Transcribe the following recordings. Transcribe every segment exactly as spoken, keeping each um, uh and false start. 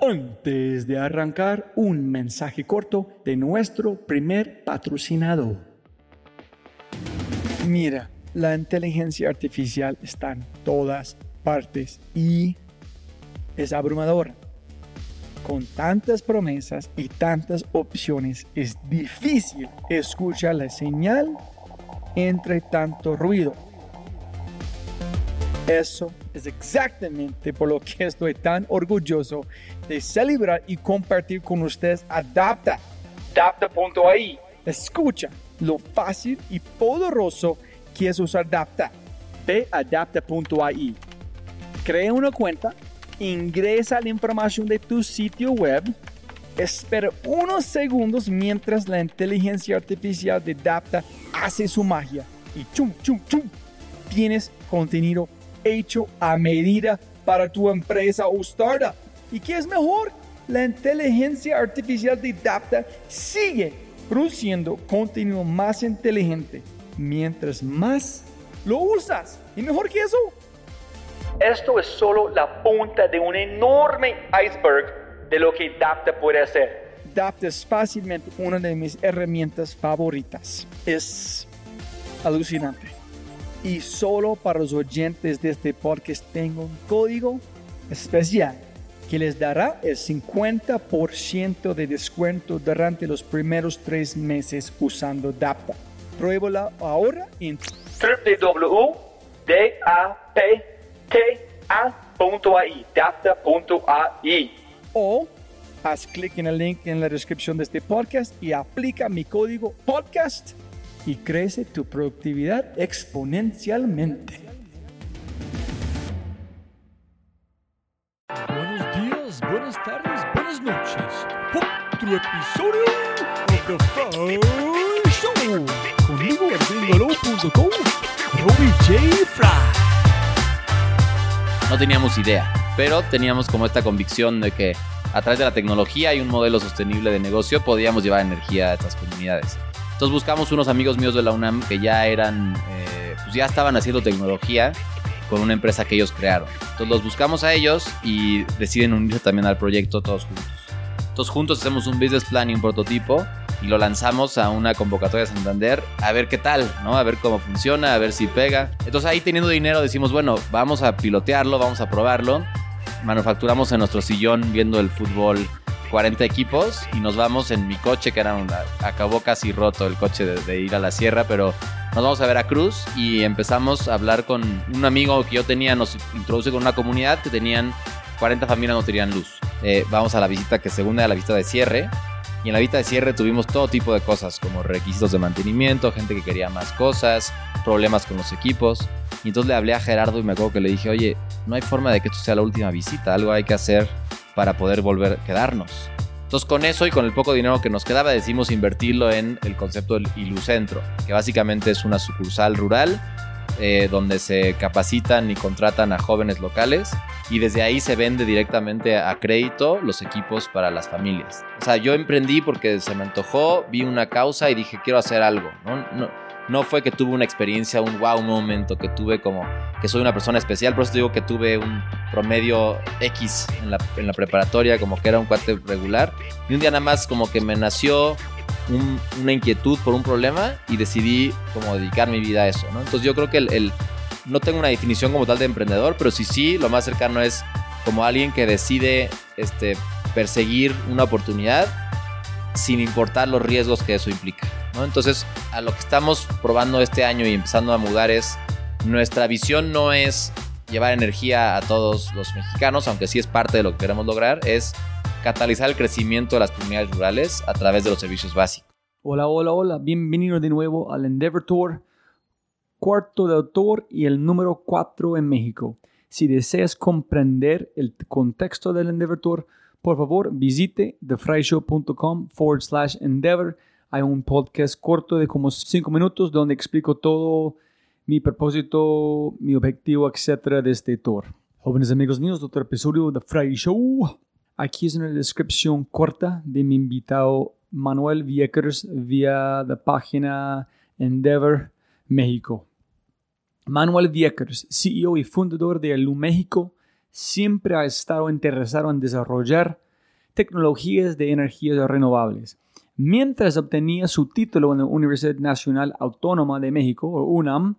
Antes de arrancar, un mensaje corto de nuestro primer patrocinador. Mira, la inteligencia artificial está en todas partes y es abrumadora. Con tantas promesas y tantas opciones, es difícil escuchar la señal entre tanto ruido. Eso es exactamente por lo que estoy tan orgulloso de celebrar y compartir con ustedes Adapta. Adapta punto a i. Escucha lo fácil y poderoso que es usar Adapta. Ve a adapta punto a i. Crea una cuenta, ingresa la información de tu sitio web, espera unos segundos mientras la inteligencia artificial de Adapta hace su magia y chum, chum, chum, tienes contenido hecho a medida para tu empresa o startup. ¿Y qué es mejor? La inteligencia artificial de Adapta sigue produciendo contenido más inteligente mientras más lo usas. ¿Y mejor que eso? Esto es solo la punta de un enorme iceberg de lo que Adapta puede hacer. Adapta es fácilmente una de mis herramientas favoritas. Es alucinante. Y solo para los oyentes de este podcast tengo un código especial que les dará el cincuenta por ciento de descuento durante los primeros tres meses usando Adapta. Pruébala ahora en doble u doble u doble u punto adapta punto a i o haz clic en el link en la descripción de este podcast y aplica mi código podcast y crece tu productividad exponencialmente. Buenos días, buenas tardes, buenas noches. Otro episodio de The Fry Show. Conmigo, gringolo punto com, Robbie J. Fry. No teníamos idea, pero teníamos como esta convicción de que a través de la tecnología y un modelo sostenible de negocio podíamos llevar energía a estas comunidades. Entonces buscamos unos amigos míos de la UNAM que ya eran, eh, pues ya estaban haciendo tecnología con una empresa que ellos crearon. Entonces los buscamos a ellos y deciden unirse también al proyecto todos juntos. Entonces juntos hacemos un business plan y un prototipo y lo lanzamos a una convocatoria de Santander a ver qué tal, ¿no? A ver cómo funciona, a ver si pega. Entonces ahí teniendo dinero decimos, bueno, vamos a pilotearlo, vamos a probarlo. Manufacturamos en nuestro sillón viendo el fútbol cuarenta equipos y nos vamos en mi coche, que era una, acabó casi roto el coche de, de ir a la sierra, pero nos vamos a Veracruz y empezamos a hablar con un amigo que yo tenía, nos introduce con una comunidad que tenían cuarenta familias no tenían luz. Eh, vamos a la visita que segunda era la visita de cierre y en la visita de cierre tuvimos todo tipo de cosas como requisitos de mantenimiento, gente que quería más cosas, problemas con los equipos y entonces le hablé a Gerardo y me acuerdo que le dije, oye, no hay forma de que esto sea la última visita, algo hay que hacer para poder volver a quedarnos. Entonces con eso y con el poco dinero que nos quedaba decidimos invertirlo en el concepto del Ilucentro, que básicamente es una sucursal rural eh, donde se capacitan y contratan a jóvenes locales y desde ahí se vende directamente a crédito los equipos para las familias. O sea, yo emprendí porque se me antojó, vi una causa y dije quiero hacer algo, ¿no? no No fue que tuve una experiencia, un wow momento, que tuve como que soy una persona especial, por eso digo que tuve un promedio X en la, en la preparatoria, como que era un cuate regular. Y un día nada más como que me nació un, una inquietud por un problema y decidí como dedicar mi vida a eso, ¿no? Entonces yo creo que el, el, no tengo una definición como tal de emprendedor, pero sí, sí, lo más cercano es como alguien que decide este, perseguir una oportunidad sin importar los riesgos que eso implica, ¿no? Entonces, a lo que estamos probando este año y empezando a mudar es, nuestra visión no es llevar energía a todos los mexicanos, aunque sí es parte de lo que queremos lograr, es catalizar el crecimiento de las comunidades rurales a través de los servicios básicos. Hola, hola, hola, bienvenido de nuevo al Endeavor Tour, cuarto de autor y el número cuatro en México. Si deseas comprender el contexto del Endeavor Tour, por favor, visite thefryshow.com forward slash Endeavor. Hay un podcast corto de como cinco minutos donde explico todo mi propósito, mi objetivo, etcétera de este tour. Jóvenes amigos míos, otro episodio de The Fry Show. Aquí es una descripción corta de mi invitado Manuel Viekers vía la página Endeavor México. Manuel Viekers, C E O y fundador de Alu México, siempre ha estado interesado en desarrollar tecnologías de energías renovables. Mientras obtenía su título en la Universidad Nacional Autónoma de México, o UNAM,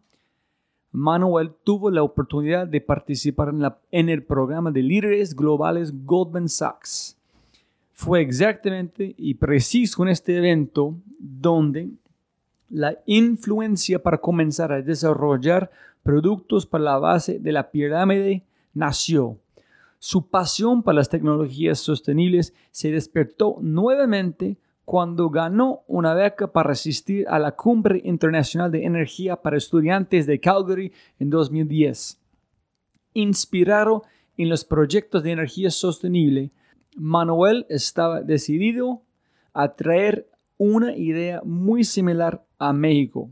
Manuel tuvo la oportunidad de participar en, la, en el programa de líderes globales Goldman Sachs. Fue exactamente y preciso en este evento donde la influencia para comenzar a desarrollar productos para la base de la pirámide nació. Su pasión para las tecnologías sostenibles se despertó nuevamente cuando ganó una beca para asistir a la Cumbre Internacional de Energía para Estudiantes de Calgary en dos mil diez. Inspirado en los proyectos de energía sostenible, Manuel estaba decidido a traer una idea muy similar a México.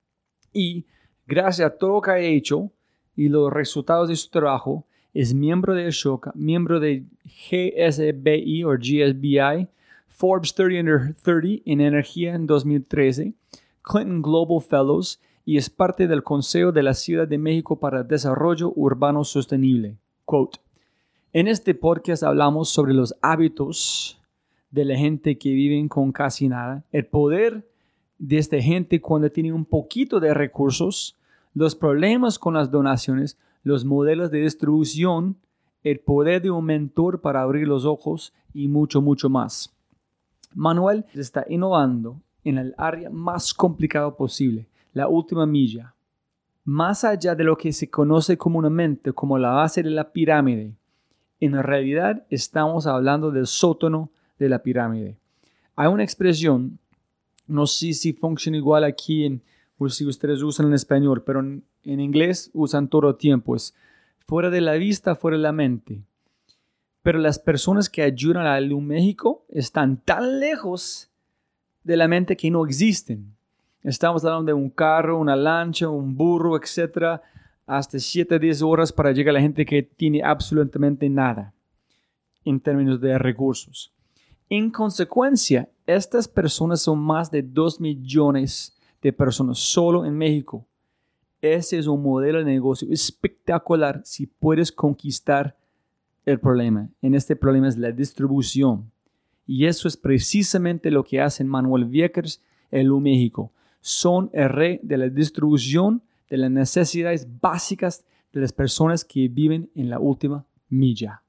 Y gracias a todo lo que ha hecho y los resultados de su trabajo, es miembro de Ashoka, miembro de G S B I o G S B I, Forbes thirty under thirty en energía en dos mil trece, Clinton Global Fellows y es parte del Consejo de la Ciudad de México para Desarrollo Urbano Sostenible. Quote, en este podcast hablamos sobre los hábitos de la gente que viven con casi nada, el poder de esta gente cuando tiene un poquito de recursos, los problemas con las donaciones, los modelos de distribución, el poder de un mentor para abrir los ojos y mucho, mucho más. Manuel está innovando en el área más complicada posible, la última milla. Más allá de lo que se conoce comúnmente como la base de la pirámide, en realidad estamos hablando del sótano de la pirámide. Hay una expresión, no sé si funciona igual aquí en, o si ustedes usan en español, pero en, en inglés usan todo el tiempo, es fuera de la vista, fuera de la mente. Pero las personas que ayudan a Luz México están tan lejos de la mente que no existen. Estamos hablando de un carro, una lancha, un burro, etcétera, hasta siete a diez horas para llegar a la gente que tiene absolutamente nada en términos de recursos. En consecuencia, estas personas son más de dos millones de personas solo en México. Ese es un modelo de negocio espectacular si puedes conquistar el problema. En este problema es la distribución. Y eso es precisamente lo que hacen Manuel Vickers en Luz México. Son el rey de la distribución de las necesidades básicas de las personas que viven en la última milla.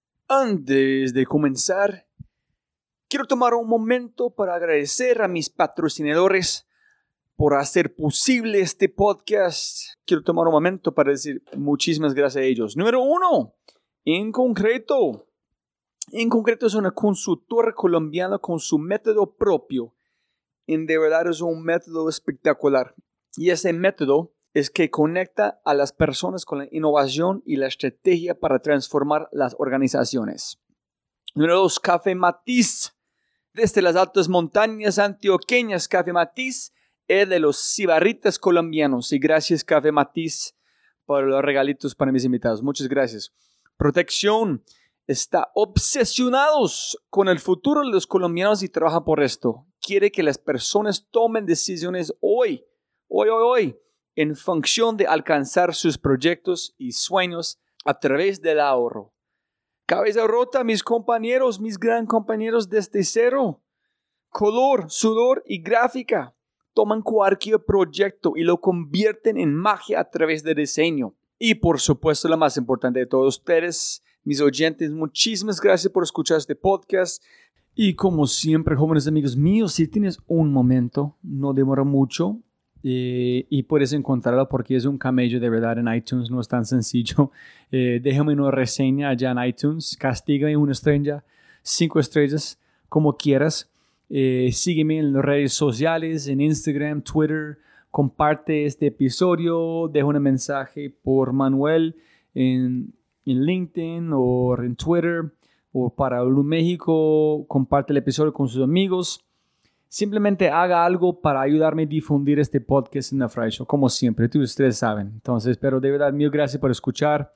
Antes de comenzar, quiero tomar un momento para agradecer a mis patrocinadores por hacer posible este podcast. Quiero tomar un momento para decir muchísimas gracias a ellos. Número uno, En Concreto. En Concreto es una consultora colombiana con su método propio. En de verdad es un método espectacular. Y ese método es que conecta a las personas con la innovación y la estrategia para transformar las organizaciones. Número dos, Café Matiz. Desde las altas montañas antioqueñas, Café Matiz es de los cibarritas colombianos. Y gracias, Café Matiz, por los regalitos para mis invitados. Muchas gracias. Protección. Está obsesionados con el futuro de los colombianos y trabaja por esto. Quiere que las personas tomen decisiones hoy, hoy, hoy, hoy, en función de alcanzar sus proyectos y sueños a través del ahorro. Cabeza rota, mis compañeros, mis gran compañeros desde cero. Color, sudor y gráfica. Toman cualquier proyecto y lo convierten en magia a través de diseño. Y por supuesto, la más importante de todos ustedes, mis oyentes, muchísimas gracias por escuchar este podcast. Y como siempre, jóvenes amigos míos, si tienes un momento, no demora mucho eh, y puedes encontrarlo porque es un camello de verdad en iTunes, no es tan sencillo. Eh, déjame una reseña allá en iTunes, castígame una estrella, cinco estrellas, como quieras. Eh, sígueme en las redes sociales, en Instagram, Twitter. Comparte este episodio, deja un mensaje por Manuel en, en LinkedIn o en Twitter o para Luz México. Comparte el episodio con sus amigos. Simplemente haga algo para ayudarme a difundir este podcast en The Fry Show, como siempre, tú, ustedes saben. Entonces, pero de verdad, mil gracias por escuchar.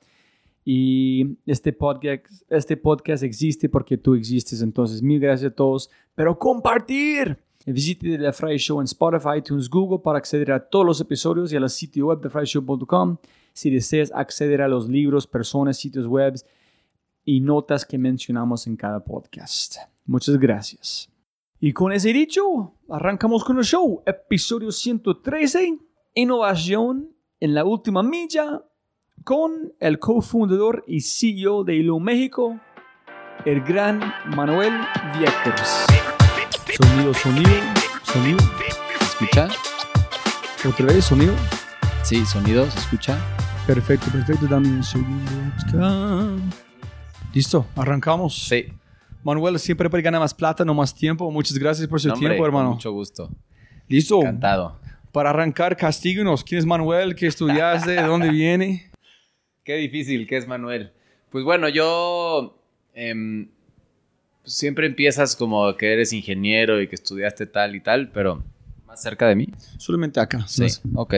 Y este podcast, este podcast existe porque tú existes. Entonces, mil gracias a todos. Pero compartir. Visite The Fry Show en Spotify, iTunes, Google para acceder a todos los episodios y al sitio web de the fry show punto com. Si deseas acceder a los libros, personas, sitios web y notas que mencionamos en cada podcast. Muchas gracias. Y con ese dicho, arrancamos con el show. Episodio ciento trece, Innovación en la última milla, con el cofundador y C E O de Ilum México, el gran Manuel Vickers. Sonido, sonido, sonido. ¿Se escucha? Otra vez, sonido. Sí, sonido, ¿se escucha? Perfecto, perfecto. Dame un segundo. Listo, arrancamos. Sí. Manuel, siempre puede ganar más plata, no más tiempo. Muchas gracias por su No, hombre, tiempo, hermano. con mucho gusto. Listo. Encantado. Para arrancar, castíguenos. ¿Quién es Manuel? ¿Qué estudiaste? ¿De dónde viene? Qué difícil que es Manuel. Pues bueno, yo... Eh, siempre empiezas como que eres ingeniero y que estudiaste tal y tal, pero más cerca de mí. Solamente acá. Sí, ok.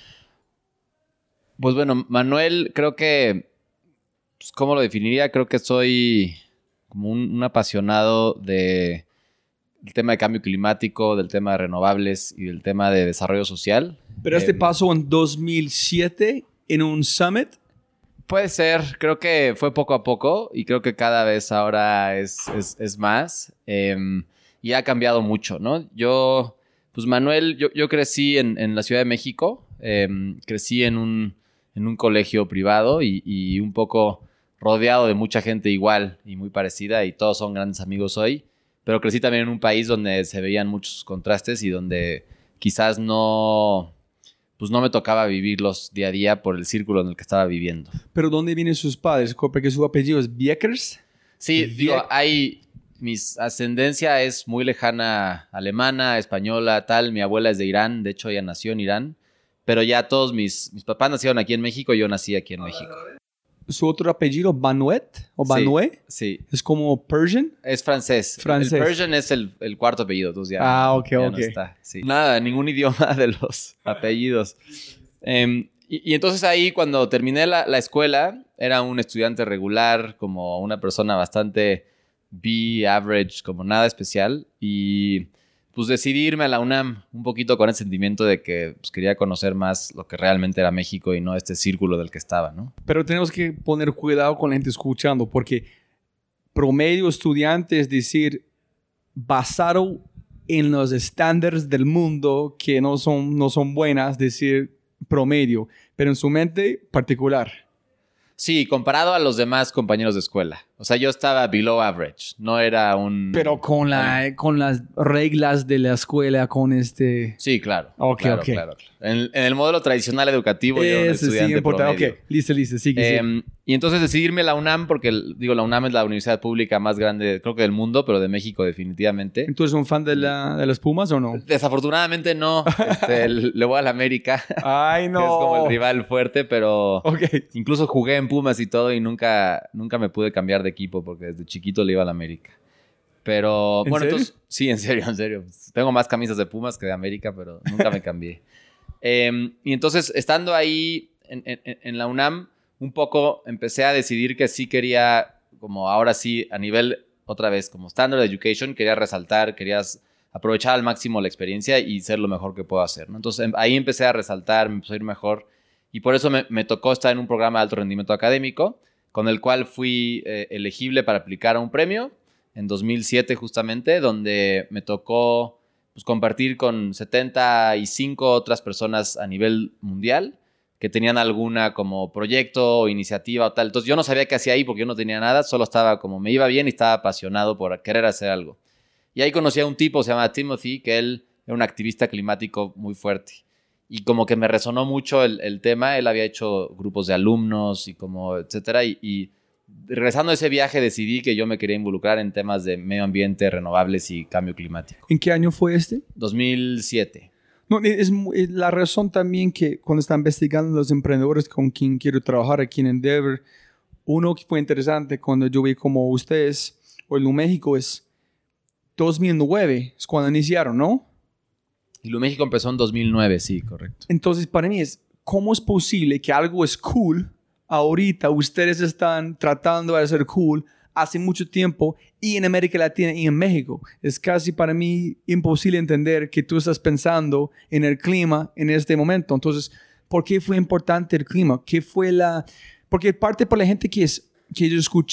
Pues bueno, Manuel, creo que... Pues, ¿cómo lo definiría? Creo que soy como un, un apasionado de... el tema de cambio climático, del tema de renovables y del tema de desarrollo social. Pero este eh, pasó en dos mil siete en un summit. Puede ser, creo que fue poco a poco y creo que cada vez ahora es, es, es más eh, y ha cambiado mucho, ¿no? Yo, pues Manuel, yo, yo crecí en, en la Ciudad de México, eh, crecí en un, en un colegio privado y, y un poco rodeado de mucha gente igual y muy parecida y todos son grandes amigos hoy, pero crecí también en un país donde se veían muchos contrastes y donde quizás no... pues no me tocaba vivirlos día a día por el círculo en el que estaba viviendo. ¿Pero dónde vienen sus padres? Porque su apellido es Vickers. Sí, Vie- digo, hay... Mi ascendencia es muy lejana, alemana, española, tal. Mi abuela es de Irán, de hecho ella nació en Irán. Pero ya todos mis... Mis papás nacieron aquí en México y yo nací aquí en México. Su otro apellido, Banuet o Sí, Banué, sí. es como Persian. Es francés. Francés. El Persian es el, el cuarto apellido, entonces ya, Ah, no- ok, ya ok. no está. Sí. Nada, ningún idioma de los apellidos. Eh, y, y entonces ahí cuando terminé la, la escuela, era un estudiante regular, como una persona bastante B, average, como nada especial. Y pues decidí irme a la UNAM un poquito con el sentimiento de que pues, quería conocer más lo que realmente era México y no este círculo del que estaba, ¿no? Pero tenemos que poner cuidado con la gente escuchando, porque promedio estudiante es decir, basado en los estándares del mundo que no son, no son buenas, decir promedio, pero en su mente particular. Sí, comparado a los demás compañeros de escuela. O sea, yo estaba below average. No era un... Pero con, la, con las reglas de la escuela, con este... Sí, claro. Ok, claro, ok. claro, claro. En, en el modelo tradicional educativo yo era un Ese sí, estudiante importante. promedio. Ok, listo, listo, sigue, Eh, sigue. y entonces decidí irme a la UNAM porque, digo, la UNAM es la universidad pública más grande, creo que del mundo, pero de México definitivamente. ¿Tú eres un fan de, la, de las Pumas o no? Desafortunadamente no. Este, le voy a la América. Ay, no. Que es como el rival fuerte, pero... Ok. Incluso jugué en Pumas y todo y nunca, nunca me pude cambiar de equipo porque desde chiquito le iba a la América. Pero, ¿En bueno, serio? entonces, sí, en serio, en serio. Tengo más camisas de Pumas que de América, pero nunca me cambié. Eh, y entonces, estando ahí en, en, en la UNAM, un poco empecé a decidir que sí quería, como ahora sí, a nivel, otra vez, como Standard Education, quería resaltar, quería aprovechar al máximo la experiencia y ser lo mejor que puedo hacer, ¿no? Entonces, ahí empecé a resaltar, me empecé a ir mejor. Y por eso me, me tocó estar en un programa de alto rendimiento académico, con el cual fui eh, elegible para aplicar a un premio en dos mil siete justamente, donde me tocó pues, compartir con setenta y cinco otras personas a nivel mundial que tenían alguna como proyecto o iniciativa o tal. Entonces yo no sabía qué hacía ahí porque yo no tenía nada, solo estaba como me iba bien y estaba apasionado por querer hacer algo. Y ahí conocí a un tipo, se llama Timothy, que él era un activista climático muy fuerte. Y como que me resonó mucho el, el tema. Él había hecho grupos de alumnos y como etcétera. Y, y regresando a ese viaje decidí que yo me quería involucrar en temas de medio ambiente, renovables y cambio climático. ¿En qué año fue este? dos mil siete. No, es, es la razón también que cuando está investigando los emprendedores con quien quiero trabajar aquí en Endeavor, uno que fue interesante cuando yo vi como ustedes o en México es dos mil nueve, es cuando iniciaron, ¿no? Ilum México empezó en dos mil nueve, sí, correcto. Entonces, para mí es, ¿cómo es posible que algo es cool ahorita? Ustedes están tratando de hacer cool hace mucho tiempo y en América Latina y en México. Es casi para mí imposible entender que tú estás pensando en el clima en este momento. Entonces, ¿por qué fue importante el clima? ¿Qué fue la...? Porque parte para la gente que, es, que yo escuché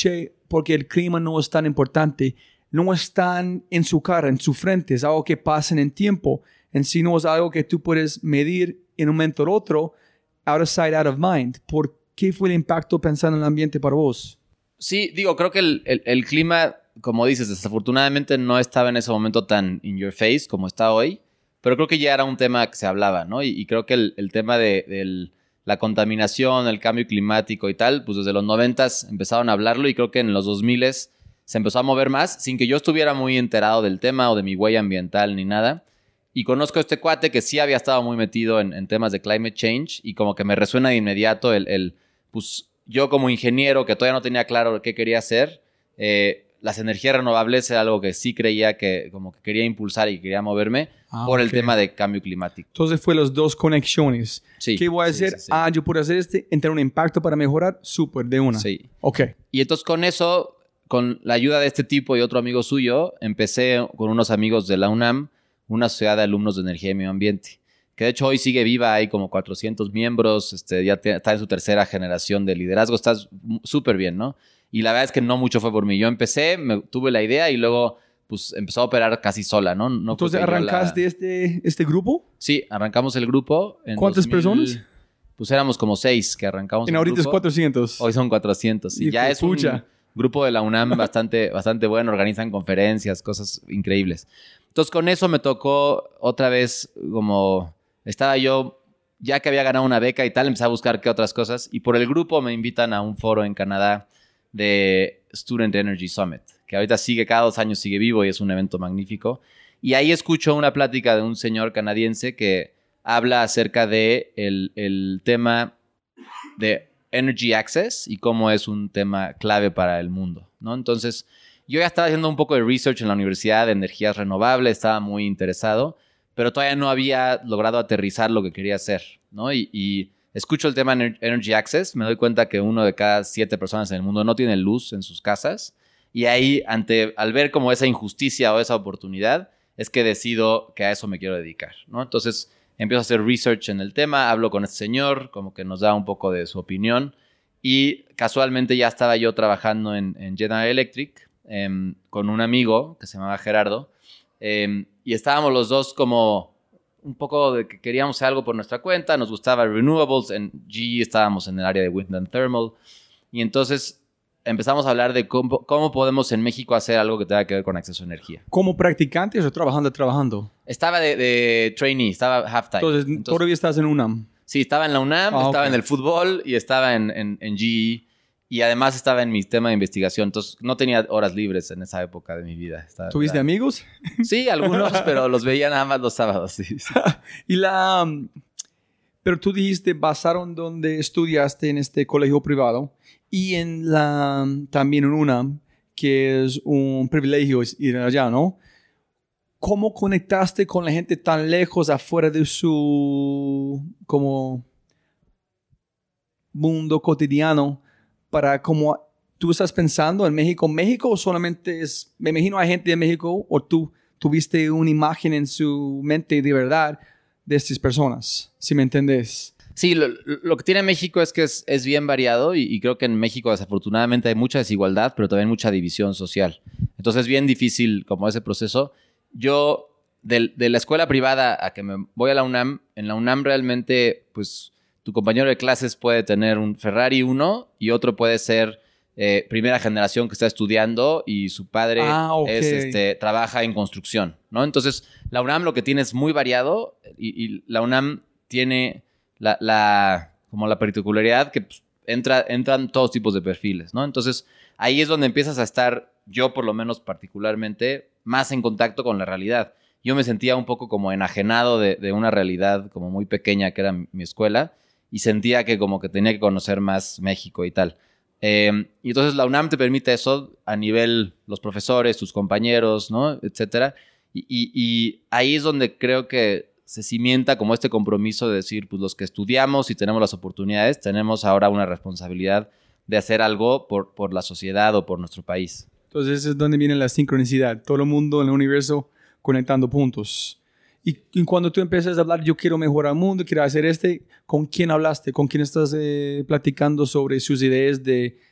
porque el clima no es tan importante. No es tan en su cara, en su frente. Es algo que pasa en el tiempo. En sí no es algo que tú puedes medir en un momento u otro, out of sight, out of mind. ¿Por qué fue el impacto pensando en el ambiente para vos? Sí, digo, creo que el, el, el clima, como dices, desafortunadamente no estaba en ese momento tan in your face como está hoy, pero creo que ya era un tema que se hablaba, ¿no? Y, y creo que el, el tema de, de la contaminación, el cambio climático y tal, pues desde los noventas empezaron a hablarlo y creo que en los dos miles se empezó a mover más sin que yo estuviera muy enterado del tema o de mi huella ambiental ni nada. Y conozco a este cuate que sí había estado muy metido en, en temas de climate change y como que me resuena de inmediato el, el pues yo como ingeniero que todavía no tenía claro qué quería hacer, eh, las energías renovables era algo que sí creía que como que quería impulsar y quería moverme ah, por okay. el tema de cambio climático. Entonces fue las dos conexiones. Sí. ¿Qué voy a hacer? Sí, sí, sí. Ah, yo puedo hacer este, tener un impacto para mejorar, súper, de una. Sí. Ok. Y entonces con eso, con la ayuda de este tipo y otro amigo suyo, empecé con unos amigos de la UNAM, una sociedad de alumnos de energía y medio ambiente, que de hecho hoy sigue viva, hay como cuatrocientos miembros, este, ya te, está en su tercera generación de liderazgo, está súper bien, ¿no? Y la verdad es que no mucho fue por mí. Yo empecé, me, tuve la idea y luego pues empezó a operar casi sola, ¿no? no Entonces, ¿arrancaste la... este, este grupo? Sí, arrancamos el grupo. En ¿Cuántas dos mil, personas? Pues éramos como seis que arrancamos en el ahorita grupo. Es cuatrocientos. Hoy son cuatrocientos. Y, y ya es pucha. un grupo de la UNAM bastante, bastante bueno, organizan conferencias, cosas increíbles. Entonces, con eso me tocó otra vez como... Estaba yo, ya que había ganado una beca y tal, empecé a buscar qué otras cosas. Y por el grupo me invitan a un foro en Canadá de Student Energy Summit, que ahorita sigue, cada dos años sigue vivo y es un evento magnífico. Y ahí escucho una plática de un señor canadiense que habla acerca de el, el tema de Energy Access y cómo es un tema clave para el mundo, ¿no? Entonces... Yo ya estaba haciendo un poco de research en la universidad de energías renovables, estaba muy interesado, pero todavía no había logrado aterrizar lo que quería hacer, ¿no? Y, y escucho el tema Energy Access, me doy cuenta que uno de cada siete personas en el mundo no tiene luz en sus casas, y ahí, ante, al ver como esa injusticia o esa oportunidad, es que decido que a eso me quiero dedicar, ¿no? Entonces empiezo a hacer research en el tema, hablo con este señor, como que nos da un poco de su opinión, y casualmente ya estaba yo trabajando en, en General Electric, Eh, con un amigo que se llamaba Gerardo eh, y estábamos los dos como un poco de que queríamos hacer algo por nuestra cuenta, nos gustaba renewables, en G E estábamos en el área de wind and thermal y entonces empezamos a hablar de cómo, cómo podemos en México hacer algo que tenga que ver con acceso a energía. ¿Como practicantes o trabajando, trabajando? Estaba de, de trainee, estaba half-time. Entonces, Entonces, ¿todavía estás en UNAM? Sí, estaba en la UNAM, ah, estaba okay. en el fútbol y estaba en, en, en G E. Y además estaba en mi tema de investigación. Entonces, no tenía horas libres en esa época de mi vida. Estaba, ¿Tuviste era... amigos? Sí, algunos, pero los veía nada más los sábados. Sí, sí. y la... Pero tú dijiste, basaron donde estudiaste en este colegio privado y en la también en UNAM, que es un privilegio ir allá, ¿no? ¿Cómo conectaste con la gente tan lejos afuera de su como mundo cotidiano? Para como tú estás pensando en México, ¿México o solamente es, me imagino hay gente de México o tú tuviste una imagen en su mente de verdad de estas personas, si me entendés? Sí, lo, lo que tiene México es que es, es bien variado y, y creo que en México desafortunadamente hay mucha desigualdad, pero también mucha división social. Entonces es bien difícil como ese proceso. Yo, de, de la escuela privada a que me voy a la UNAM, en la UNAM realmente, pues... Tu compañero de clases puede tener un Ferrari uno y otro puede ser eh, primera generación que está estudiando y su padre ah, okay. es, este, trabaja en construcción, ¿no? Entonces, la UNAM lo que tiene es muy variado y, y la UNAM tiene la, la, como la particularidad que pues, entra, entran todos tipos de perfiles, ¿no? Entonces, ahí es donde empiezas a estar, yo por lo menos particularmente, más en contacto con la realidad. Yo me sentía un poco como enajenado de, de una realidad como muy pequeña que era mi, mi escuela. Y sentía que como que tenía que conocer más México y tal. Eh, y entonces la UNAM te permite eso a nivel los profesores, tus compañeros, ¿no? Etcétera. Y, y, y ahí es donde creo que se cimienta como este compromiso de decir, pues los que estudiamos y tenemos las oportunidades, tenemos ahora una responsabilidad de hacer algo por, por la sociedad o por nuestro país. Entonces es donde viene la sincronicidad. Todo el mundo en el universo conectando puntos. Y, y cuando tú empiezas a hablar, yo quiero mejorar el mundo, quiero hacer este, ¿con quién hablaste? ¿Con quién estás eh, platicando sobre sus ideas de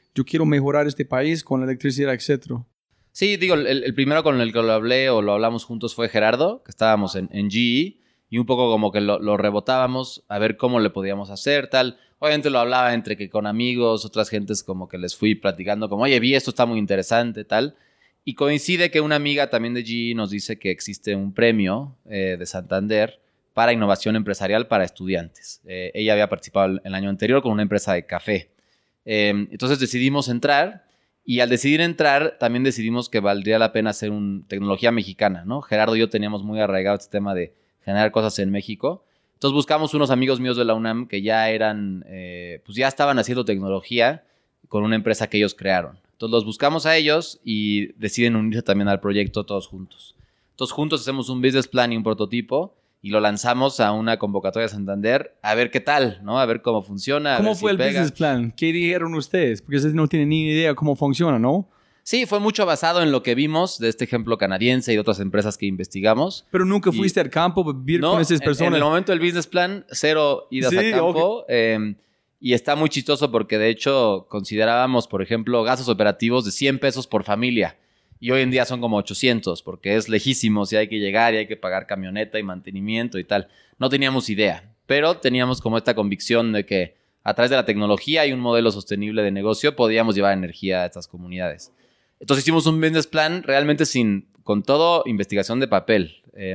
yo quiero mejorar este país con la electricidad, etcétera? Sí, digo, el, el primero con el que lo hablé o lo hablamos juntos fue Gerardo, que estábamos en, en G E, y un poco como que lo, lo rebotábamos a ver cómo le podíamos hacer, tal. Obviamente lo hablaba entre que con amigos, otras gentes como que les fui platicando como, oye, vi esto, está muy interesante, tal. Y coincide que una amiga también de G E nos dice que existe un premio eh, de Santander para innovación empresarial para estudiantes. Eh, ella había participado el, el año anterior con una empresa de café. Eh, entonces decidimos entrar y al decidir entrar también decidimos que valdría la pena hacer una tecnología mexicana, ¿no? Gerardo y yo teníamos muy arraigado este tema de generar cosas en México. Entonces buscamos unos amigos míos de la UNAM que ya eran, eh, pues ya estaban haciendo tecnología con una empresa que ellos crearon. Entonces los buscamos a ellos y deciden unirse también al proyecto todos juntos. Entonces juntos hacemos un business plan y un prototipo y lo lanzamos a una convocatoria de Santander a ver qué tal, ¿no? A ver cómo funciona. ¿Cómo si fue el pega. business plan? ¿Qué dijeron ustedes? Porque ustedes no tienen ni idea cómo funciona, ¿no? Sí, fue mucho basado en lo que vimos de este ejemplo canadiense y de otras empresas que investigamos. Pero nunca y, fuiste al campo a vivir no, con esas personas. En, en el momento del business plan, cero idas sí, a campo. Okay. Eh, y está muy chistoso porque de hecho considerábamos, por ejemplo, gastos operativos de cien pesos por familia. Y hoy en día son como ochocientos porque es lejísimos y hay que llegar y hay que pagar camioneta y mantenimiento y tal. No teníamos idea, pero teníamos como esta convicción de que a través de la tecnología y un modelo sostenible de negocio podíamos llevar energía a estas comunidades. Entonces hicimos un business plan realmente sin, con todo investigación de papel. Eh,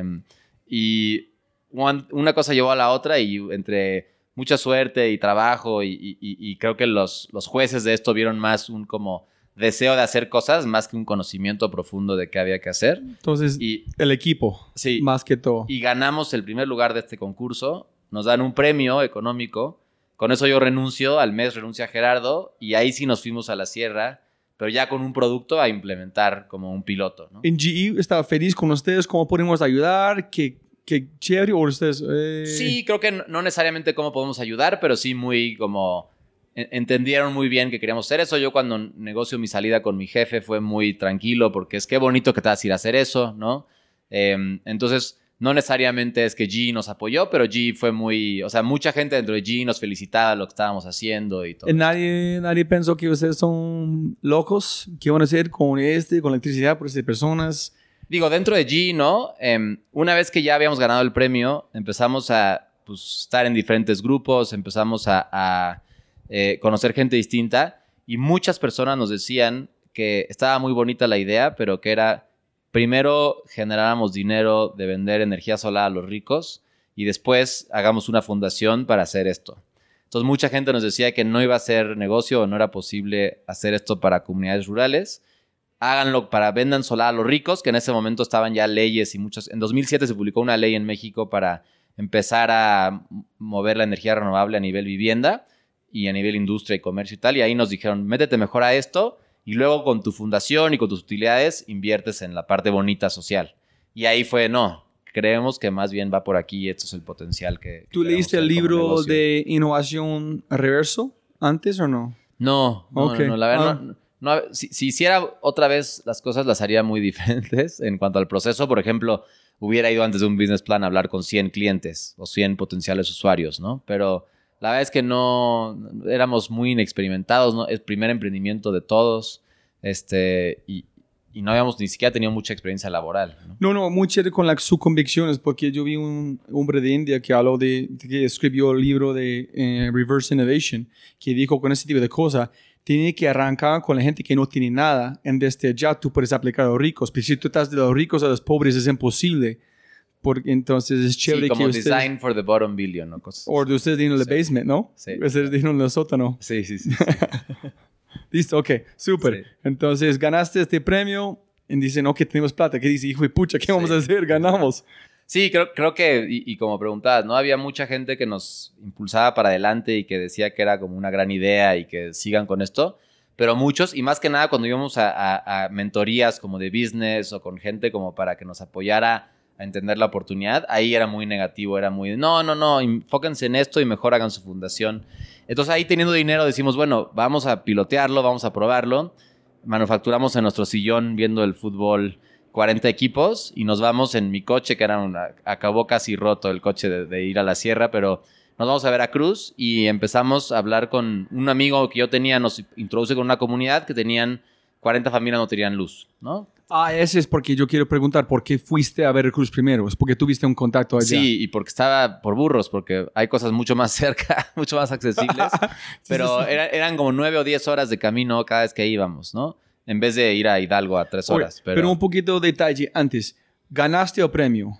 y one, una cosa llevó a la otra y entre mucha suerte y trabajo y, y, y creo que los, los jueces de esto vieron más un como deseo de hacer cosas más que un conocimiento profundo de qué había que hacer. Entonces, y, el equipo, sí, más que todo. Y ganamos el primer lugar de este concurso. Nos dan un premio económico. Con eso yo renuncio, al mes renuncia Gerardo y ahí sí nos fuimos a la sierra, pero ya con un producto a implementar como un piloto, ¿no? ¿En G E estaba feliz con ustedes? ¿Cómo podemos ayudar? ¿Qué, qué chévere? ¿O ustedes, eh... Sí, creo que no necesariamente cómo podemos ayudar, pero sí muy como... Entendieron muy bien que queríamos hacer eso. Yo cuando negocio mi salida con mi jefe fue muy tranquilo porque es qué bonito que te vas a ir a hacer eso, ¿no? Eh, entonces, no necesariamente es que G nos apoyó, pero G fue muy... O sea, mucha gente dentro de G nos felicitaba lo que estábamos haciendo y todo. ¿Nadie, nadie pensó que ustedes son locos? ¿Qué van a hacer con este, con la electricidad por estas personas? Digo, dentro de G, ¿no? Eh, una vez que ya habíamos ganado el premio, empezamos a pues, estar en diferentes grupos, empezamos a... a Eh, conocer gente distinta y muchas personas nos decían que estaba muy bonita la idea, pero que era primero generáramos dinero de vender energía solar a los ricos y después hagamos una fundación para hacer esto. Entonces mucha gente nos decía que no iba a ser negocio o no era posible hacer esto para comunidades rurales. Háganlo para vendan solar a los ricos, que en ese momento estaban ya leyes y muchos... En dos mil siete se publicó una ley en México para empezar a mover la energía renovable a nivel vivienda y a nivel industria y comercio y tal, y ahí nos dijeron, métete mejor a esto, y luego con tu fundación y con tus utilidades inviertes en la parte bonita social. Y ahí fue, no, creemos que más bien va por aquí y esto es el potencial que... ¿Tú que leíste el libro de innovación reverso antes o no? No, no, okay. no, no, la verdad, ah. no, no, si, si hiciera otra vez las cosas, las haría muy diferentes en cuanto al proceso. Por ejemplo, hubiera ido antes de un business plan a hablar con cien clientes o cien potenciales usuarios, ¿no? Pero... La verdad es que no éramos muy inexperimentados, ¿no? Es el primer emprendimiento de todos este, y, y no habíamos ni siquiera tenido mucha experiencia laboral. No, no, no muy chévere con las sus convicciones porque yo vi un hombre de India que habló de, que escribió el libro de eh, Reverse Innovation, que dijo con ese tipo de cosas, tiene que arrancar con la gente que no tiene nada, en desde allá tú puedes aplicar a los ricos, pero si tú estás de los ricos a los pobres es imposible. Porque entonces es chévere sí, como que design ustedes, for the bottom billion, ¿no? Cosas o de ustedes dijeron en el sí. basement, ¿no? Sí. Ustedes dijeron en el sótano. Sí, sí, sí. sí. Listo, ok, súper. Sí. Entonces ganaste este premio y dicen, ok, tenemos plata. ¿Qué dice? Hijo de pucha, ¿qué sí. vamos a hacer? Ganamos. Sí, creo, creo que, y, y como preguntabas, ¿no? Había mucha gente que nos impulsaba para adelante y que decía que era como una gran idea y que sigan con esto. Pero muchos, y más que nada cuando íbamos a, a, a mentorías como de business o con gente como para que nos apoyara a entender la oportunidad, ahí era muy negativo, era muy, no, no, no, enfóquense en esto y mejor hagan su fundación. Entonces ahí teniendo dinero decimos, bueno, vamos a pilotearlo, vamos a probarlo, manufacturamos en nuestro sillón viendo el fútbol cuarenta equipos y nos vamos en mi coche, que era una, acabó casi roto el coche de, de ir a la sierra, pero nos vamos a Veracruz y empezamos a hablar con un amigo que yo tenía, nos introduce con una comunidad que tenían cuarenta familias no tenían luz, ¿no? Ah, ese es porque yo quiero preguntar, ¿por qué fuiste a Veracruz primero? ¿Es porque tuviste un contacto allá? Sí, y porque estaba por burros, porque hay cosas mucho más cerca, mucho más accesibles, pero sí, sí. Era, eran como nueve o diez horas de camino cada vez que íbamos, ¿no? En vez de ir a Hidalgo a tres horas. Oye, pero... pero un poquito de detalle antes. ¿Ganaste el premio?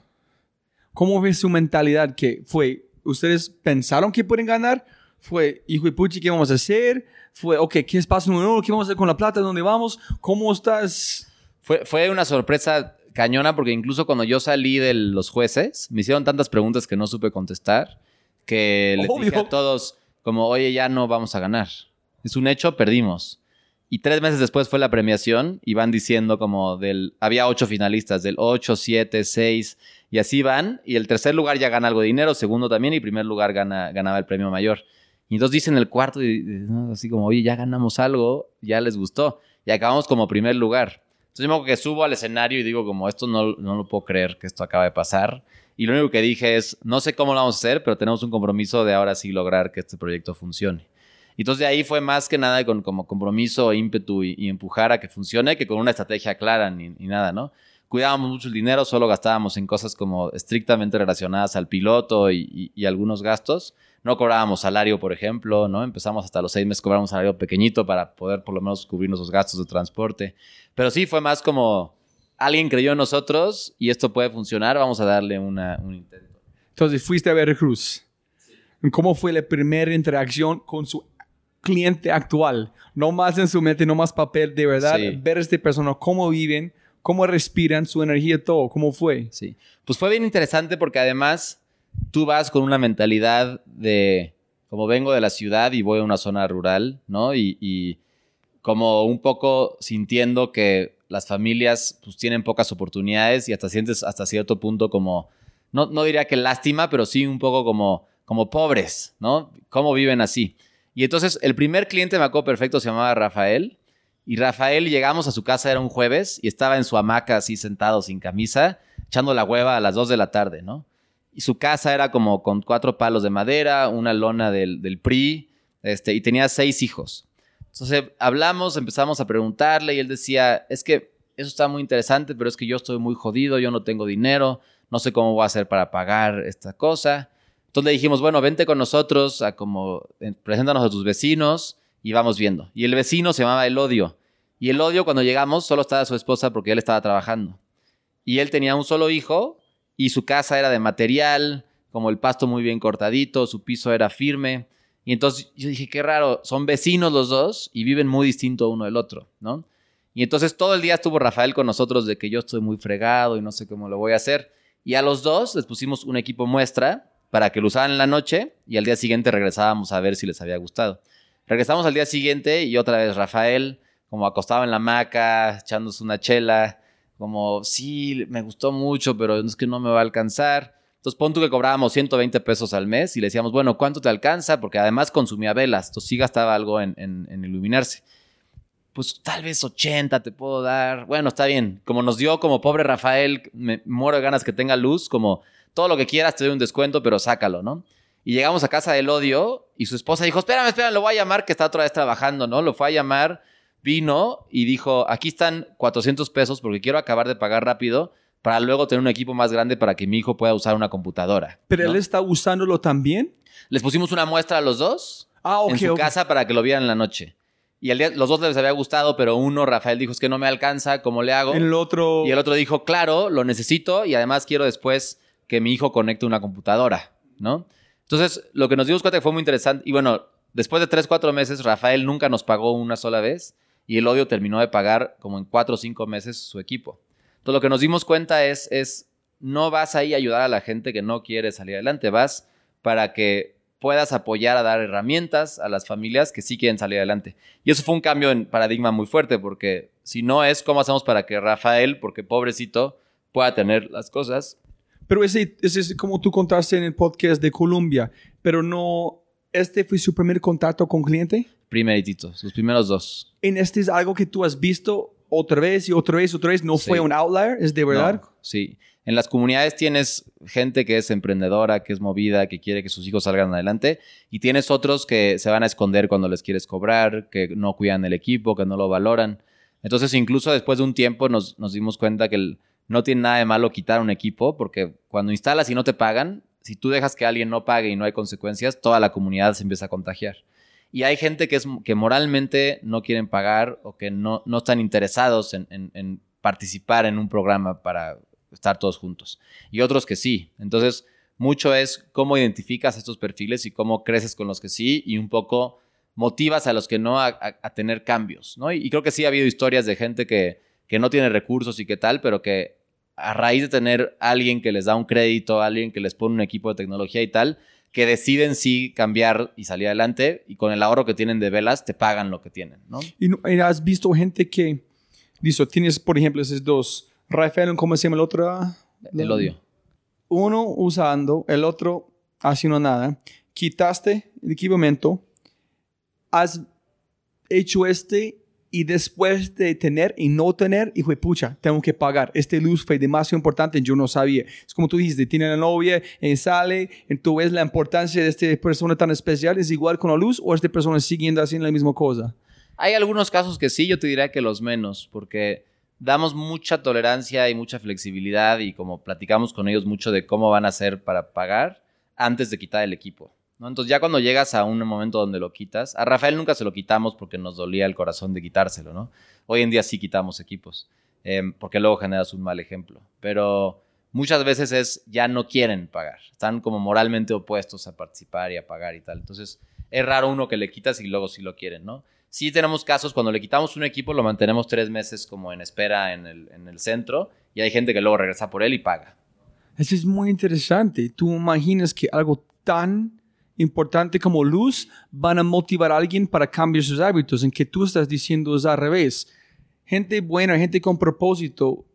¿Cómo fue su mentalidad? ¿Que fue, ustedes pensaron que pueden ganar? ¿Fue, hijo de puchi, qué vamos a hacer? ¿Fue, ok, qué es paso número uno? ¿Qué vamos a hacer con la plata? ¿Dónde vamos? ¿Cómo estás...? Fue, fue una sorpresa cañona porque incluso cuando yo salí de los jueces, me hicieron tantas preguntas que no supe contestar que les Obvio. dije a todos como, oye, ya no vamos a ganar. Es un hecho, perdimos. Y tres meses después fue la premiación y van diciendo como del... Había ocho finalistas, del ocho, siete, seis y así van. Y el tercer lugar ya gana algo de dinero, segundo también y primer lugar gana, ganaba el premio mayor. Y entonces dicen el cuarto y, ¿no? Así como, oye, ya ganamos algo, ya les gustó. Y acabamos como primer lugar. Entonces yo me acuerdo que subo al escenario y digo como, esto no, no lo puedo creer que esto acaba de pasar. Y lo único que dije es, no sé cómo lo vamos a hacer, pero tenemos un compromiso de ahora sí lograr que este proyecto funcione. Y entonces de ahí fue más que nada con como compromiso, ímpetu y, y empujar a que funcione que con una estrategia clara ni, ni nada, ¿no? Cuidábamos mucho el dinero, solo gastábamos en cosas como estrictamente relacionadas al piloto y, y, y algunos gastos. No cobrábamos salario, por ejemplo, ¿no? Empezamos hasta los seis meses, cobramos un salario pequeñito para poder por lo menos cubrir nuestros gastos de transporte. Pero sí, fue más como alguien creyó en nosotros y esto puede funcionar, vamos a darle una, un intento. Entonces, fuiste a Veracruz. Sí. ¿Cómo fue la primera interacción con su cliente actual? No más en su mente, no más papel, de verdad. Sí. Ver a esta persona, cómo viven, cómo respiran, su energía, todo. ¿Cómo fue? Sí. Pues fue bien interesante porque además tú vas con una mentalidad de, como vengo de la ciudad y voy a una zona rural, ¿no? Y, y como un poco sintiendo que las familias pues tienen pocas oportunidades y hasta sientes hasta cierto punto como, no, no diría que lástima, pero sí un poco como, como pobres, ¿no? ¿Cómo viven así? Y entonces el primer cliente, me acuerdo perfecto, se llamaba Rafael. Y Rafael, llegamos a su casa, era un jueves, y estaba en su hamaca así sentado sin camisa, echando la hueva a las dos de la tarde, ¿no? Y su casa era como con cuatro palos de madera, una lona del, del P R I, este, y tenía seis hijos. Entonces hablamos, empezamos a preguntarle y él decía, es que eso está muy interesante, pero es que yo estoy muy jodido, yo no tengo dinero, no sé cómo voy a hacer para pagar esta cosa. Entonces le dijimos, bueno, vente con nosotros, a como, eh, preséntanos a tus vecinos y vamos viendo. Y el vecino se llamaba Elodio. Y Elodio, cuando llegamos, solo estaba su esposa porque él estaba trabajando. Y él tenía un solo hijo y su casa era de material, como el pasto muy bien cortadito, su piso era firme. Y entonces yo dije, qué raro, son vecinos los dos y viven muy distinto uno del otro, ¿no? Y entonces todo el día estuvo Rafael con nosotros de que yo estoy muy fregado y no sé cómo lo voy a hacer. Y a los dos les pusimos un equipo muestra para que lo usaran en la noche y al día siguiente regresábamos a ver si les había gustado. Regresamos al día siguiente y otra vez Rafael, como acostado en la hamaca, echándose una chela, como, sí, me gustó mucho, pero es que no me va a alcanzar. Entonces, pon tú que cobrábamos ciento veinte pesos al mes y le decíamos, bueno, ¿cuánto te alcanza? Porque además consumía velas, entonces sí gastaba algo en, en, en iluminarse. Pues tal vez ochenta te puedo dar. Bueno, está bien. Como nos dio como pobre Rafael, me muero de ganas que tenga luz, como todo lo que quieras te doy un descuento, pero sácalo, ¿no? Y llegamos a casa del Odio y su esposa dijo, espérame, espérame, lo voy a llamar que está otra vez trabajando, ¿no? Lo fue a llamar, vino y dijo, aquí están cuatrocientos pesos porque quiero acabar de pagar rápido para luego tener un equipo más grande para que mi hijo pueda usar una computadora. ¿Pero ¿no? él está usándolo también? Les pusimos una muestra a los dos ah, okay, en su okay. casa para que lo vieran en la noche. Y al día, los dos les había gustado, pero uno, Rafael, dijo, es que no me alcanza, ¿cómo le hago? El otro... Y el otro dijo, claro, lo necesito y además quiero después que mi hijo conecte una computadora, ¿no? Entonces, lo que nos dimos cuenta que fue muy interesante. Y bueno, después de tres, cuatro meses, Rafael nunca nos pagó una sola vez y el Odio terminó de pagar como en cuatro o cinco meses su equipo. Entonces, lo que nos dimos cuenta es, es no vas ahí a ayudar a la gente que no quiere salir adelante. Vas para que puedas apoyar a dar herramientas a las familias que sí quieren salir adelante. Y eso fue un cambio en paradigma muy fuerte, porque si no es cómo hacemos para que Rafael, porque pobrecito, pueda tener las cosas. Pero ese, ese es como tú contaste en el podcast de Colombia, pero no... ¿Este fue su primer contacto con cliente? Primeritito, sus primeros dos. ¿En este es algo que tú has visto otra vez y otra vez, otra vez? ¿No sí. fue un outlier? ¿Es de verdad? No, sí. En las comunidades tienes gente que es emprendedora, que es movida, que quiere que sus hijos salgan adelante, y tienes otros que se van a esconder cuando les quieres cobrar, que no cuidan el equipo, que no lo valoran. Entonces, incluso después de un tiempo nos, nos dimos cuenta que el, no tiene nada de malo quitar un equipo, porque cuando instalas y no te pagan, si tú dejas que alguien no pague y no hay consecuencias, toda la comunidad se empieza a contagiar. Y hay gente que, es, que moralmente no quieren pagar o que no, no están interesados en, en, en participar en un programa para estar todos juntos. Y otros que sí. Entonces, mucho es cómo identificas estos perfiles y cómo creces con los que sí y un poco motivas a los que no a, a, a tener cambios, ¿no? Y, y creo que sí ha habido historias de gente que, que no tiene recursos y qué tal, pero que a raíz de tener alguien que les da un crédito, alguien que les pone un equipo de tecnología y tal, que deciden sí cambiar y salir adelante y con el ahorro que tienen de velas te pagan lo que tienen, ¿no? ¿Y no, has visto gente que, dice, tienes, por ejemplo, esos dos, Rafael, ¿cómo se llama el otro? El odio. Uno usando, el otro haciendo nada. Quitaste el equipamiento, has hecho este y después de tener y no tener, hijo de pucha, tengo que pagar. Este luz fue demasiado importante, yo no sabía. Es como tú dijiste, tiene la novia, y sale, y tú ves la importancia de esta persona tan especial. ¿Es igual con la luz o esta persona siguiendo haciendo la misma cosa? Hay algunos casos que sí, yo te diría que los menos, porque damos mucha tolerancia y mucha flexibilidad y como platicamos con ellos mucho de cómo van a hacer para pagar antes de quitar el equipo, ¿no? Entonces ya cuando llegas a un momento donde lo quitas, a Rafael nunca se lo quitamos porque nos dolía el corazón de quitárselo, ¿no? Hoy en día sí quitamos equipos, eh, porque luego generas un mal ejemplo, pero muchas veces es ya no quieren pagar, están como moralmente opuestos a participar y a pagar y tal. Entonces es raro uno que le quitas y luego sí lo quieren, ¿no? Sí tenemos casos, cuando le quitamos un equipo lo mantenemos tres meses como en espera en el, en el centro y hay gente que luego regresa por él y paga. Eso es muy interesante. ¿Tú imaginas que algo tan importante como luz van a motivar a alguien para cambiar sus hábitos? En que tú estás diciendo es al revés. Gente buena, gente con propósito,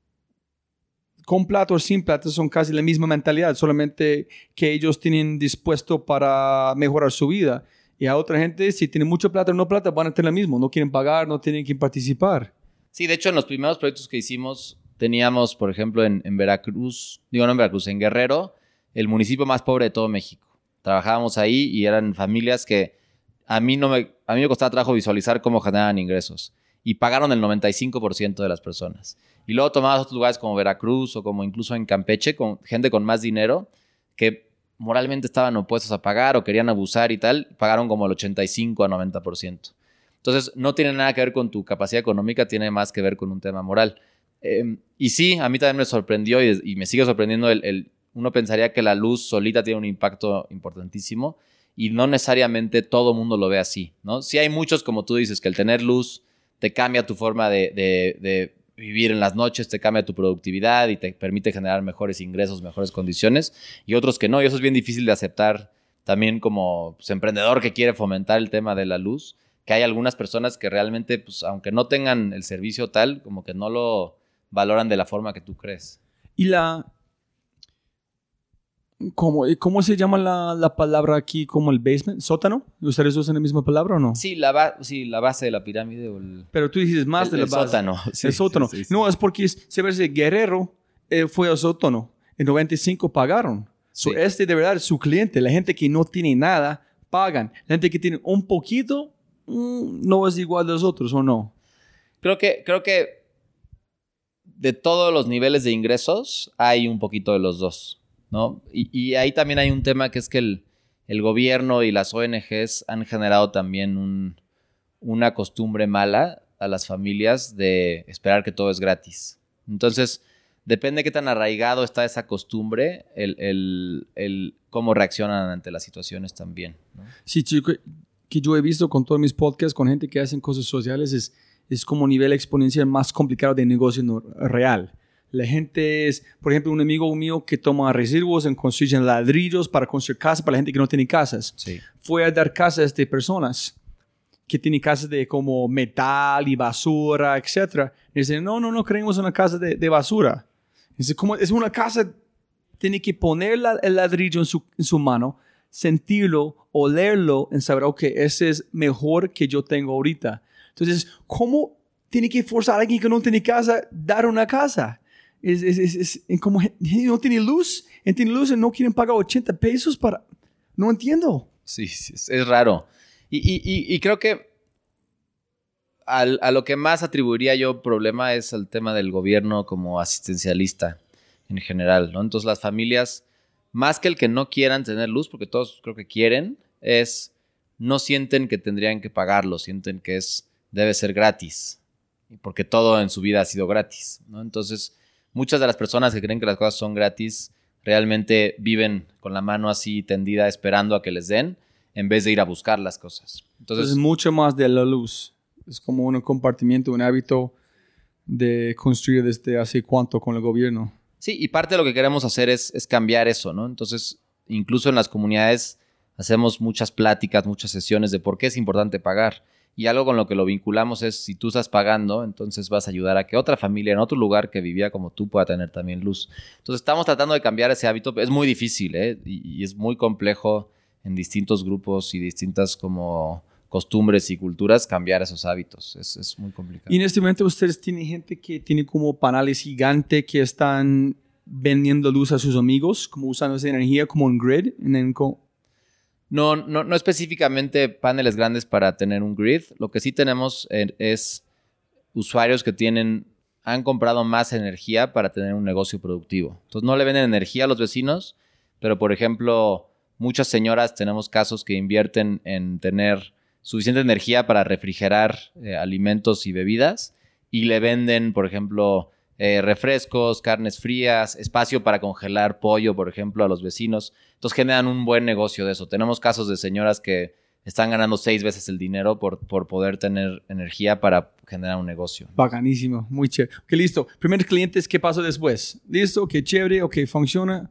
con plata o sin plata, son casi la misma mentalidad, solamente que ellos tienen dispuesto para mejorar su vida. Y a otra gente, si tienen mucha plata o no plata, van a tener lo mismo. No quieren pagar, no tienen que participar. Sí, de hecho, en los primeros proyectos que hicimos, teníamos, por ejemplo, en, en Veracruz, digo no en Veracruz, en Guerrero, el municipio más pobre de todo México. Trabajábamos ahí y eran familias que a mí, no me, a mí me costaba trabajo visualizar cómo generaban ingresos. Y pagaron el noventa y cinco por ciento de las personas. Y luego tomabas otros lugares como Veracruz o como incluso en Campeche, con gente con más dinero que moralmente estaban opuestos a pagar o querían abusar y tal, pagaron como el ochenta y cinco a noventa por ciento. Entonces, no tiene nada que ver con tu capacidad económica, tiene más que ver con un tema moral. Eh, y sí, a mí también me sorprendió y, y me sigue sorprendiendo el, el... Uno pensaría que la luz solita tiene un impacto importantísimo y no necesariamente todo el mundo lo ve así, ¿no? Sí hay muchos, como tú dices, que el tener luz te cambia tu forma de, de, de vivir en las noches, te cambia tu productividad y te permite generar mejores ingresos, mejores condiciones, y otros que no, y eso es bien difícil de aceptar también como pues, emprendedor que quiere fomentar el tema de la luz, que hay algunas personas que realmente, pues, aunque no tengan el servicio tal, como que no lo valoran de la forma que tú crees. Y la... ¿Cómo, ¿Cómo se llama la, la palabra aquí como el basement? ¿Sótano? ¿Ustedes usan la misma palabra o no? Sí, la, ba- sí, la base de la pirámide. O el, Pero tú dices más el, de la el base. Sótano. Sí, el sótano. Sí, sí, sí. No, es porque se ve que Guerrero eh, fue al sótano. En noventa y cinco pagaron. Sí. So, este de verdad es su cliente. La gente que no tiene nada, pagan. La gente que tiene un poquito, mm, no es igual de los otros, ¿o no? Creo que, creo que de todos los niveles de ingresos hay un poquito de los dos, ¿no? Y, y ahí también hay un tema que es que el, el gobierno y las O N Ges han generado también un, una costumbre mala a las familias de esperar que todo es gratis. Entonces, depende de qué tan arraigado está esa costumbre, el, el, el cómo reaccionan ante las situaciones también, ¿no? Sí, chico, que yo he visto con todos mis podcasts, con gente que hacen cosas sociales, es, es como nivel exponencial más complicado de negocio no, real. La gente es, por ejemplo, un amigo mío que toma residuos en construyen ladrillos para construir casas para la gente que no tiene casas. Sí. Fue a dar casas de personas que tienen casas de como metal y basura, etcétera. Y dicen, no, no, no queremos una casa de, de basura. Dice, como es una casa, tiene que poner la, el ladrillo en su, en su mano, sentirlo, olerlo, y saber, ok, ese es mejor que yo tengo ahorita. Entonces, ¿cómo tiene que forzar a alguien que no tiene casa dar una casa? Es, es, es, es, es como no tiene luz, no tiene luz y no quieren pagar ochenta pesos para... No entiendo. Sí, sí es, es raro. Y, y, y, y creo que al, a lo que más atribuiría yo problema es al tema del gobierno como asistencialista en general, ¿no? Entonces las familias, más que el que no quieran tener luz, porque todos creo que quieren, es no sienten que tendrían que pagarlo, sienten que es debe ser gratis, porque todo en su vida ha sido gratis, ¿no? Entonces muchas de las personas que creen que las cosas son gratis realmente viven con la mano así tendida esperando a que les den en vez de ir a buscar las cosas. Entonces, Entonces mucho más de la luz. Es como un compartimiento, un hábito de construir desde hace cuánto con el gobierno. Sí, y parte de lo que queremos hacer es, es cambiar eso, ¿no? Entonces, incluso en las comunidades hacemos muchas pláticas, muchas sesiones de por qué es importante pagar. Y algo con lo que lo vinculamos es, si tú estás pagando, entonces vas a ayudar a que otra familia en otro lugar que vivía como tú pueda tener también luz. Entonces, estamos tratando de cambiar ese hábito. Es muy difícil, ¿eh? Y, y es muy complejo en distintos grupos y distintas como costumbres y culturas cambiar esos hábitos. Es, es muy complicado. Y en este momento ustedes tienen gente que tiene como paneles gigantes que están vendiendo luz a sus amigos, como usando esa energía como un grid. En el co- No, no, no específicamente paneles grandes para tener un grid. Lo que sí tenemos eh, es usuarios que tienen, han comprado más energía para tener un negocio productivo. Entonces no le venden energía a los vecinos, pero por ejemplo, muchas señoras tenemos casos que invierten en tener suficiente energía para refrigerar eh, alimentos y bebidas y le venden, por ejemplo, eh, refrescos, carnes frías, espacio para congelar pollo, por ejemplo, a los vecinos. Entonces generan un buen negocio de eso. Tenemos casos de señoras que están ganando seis veces el dinero por, por poder tener energía para generar un negocio. Bacanísimo, muy chévere. Ok, listo. Primeros clientes, ¿qué pasó después? Listo, ok, chévere, ok, funciona.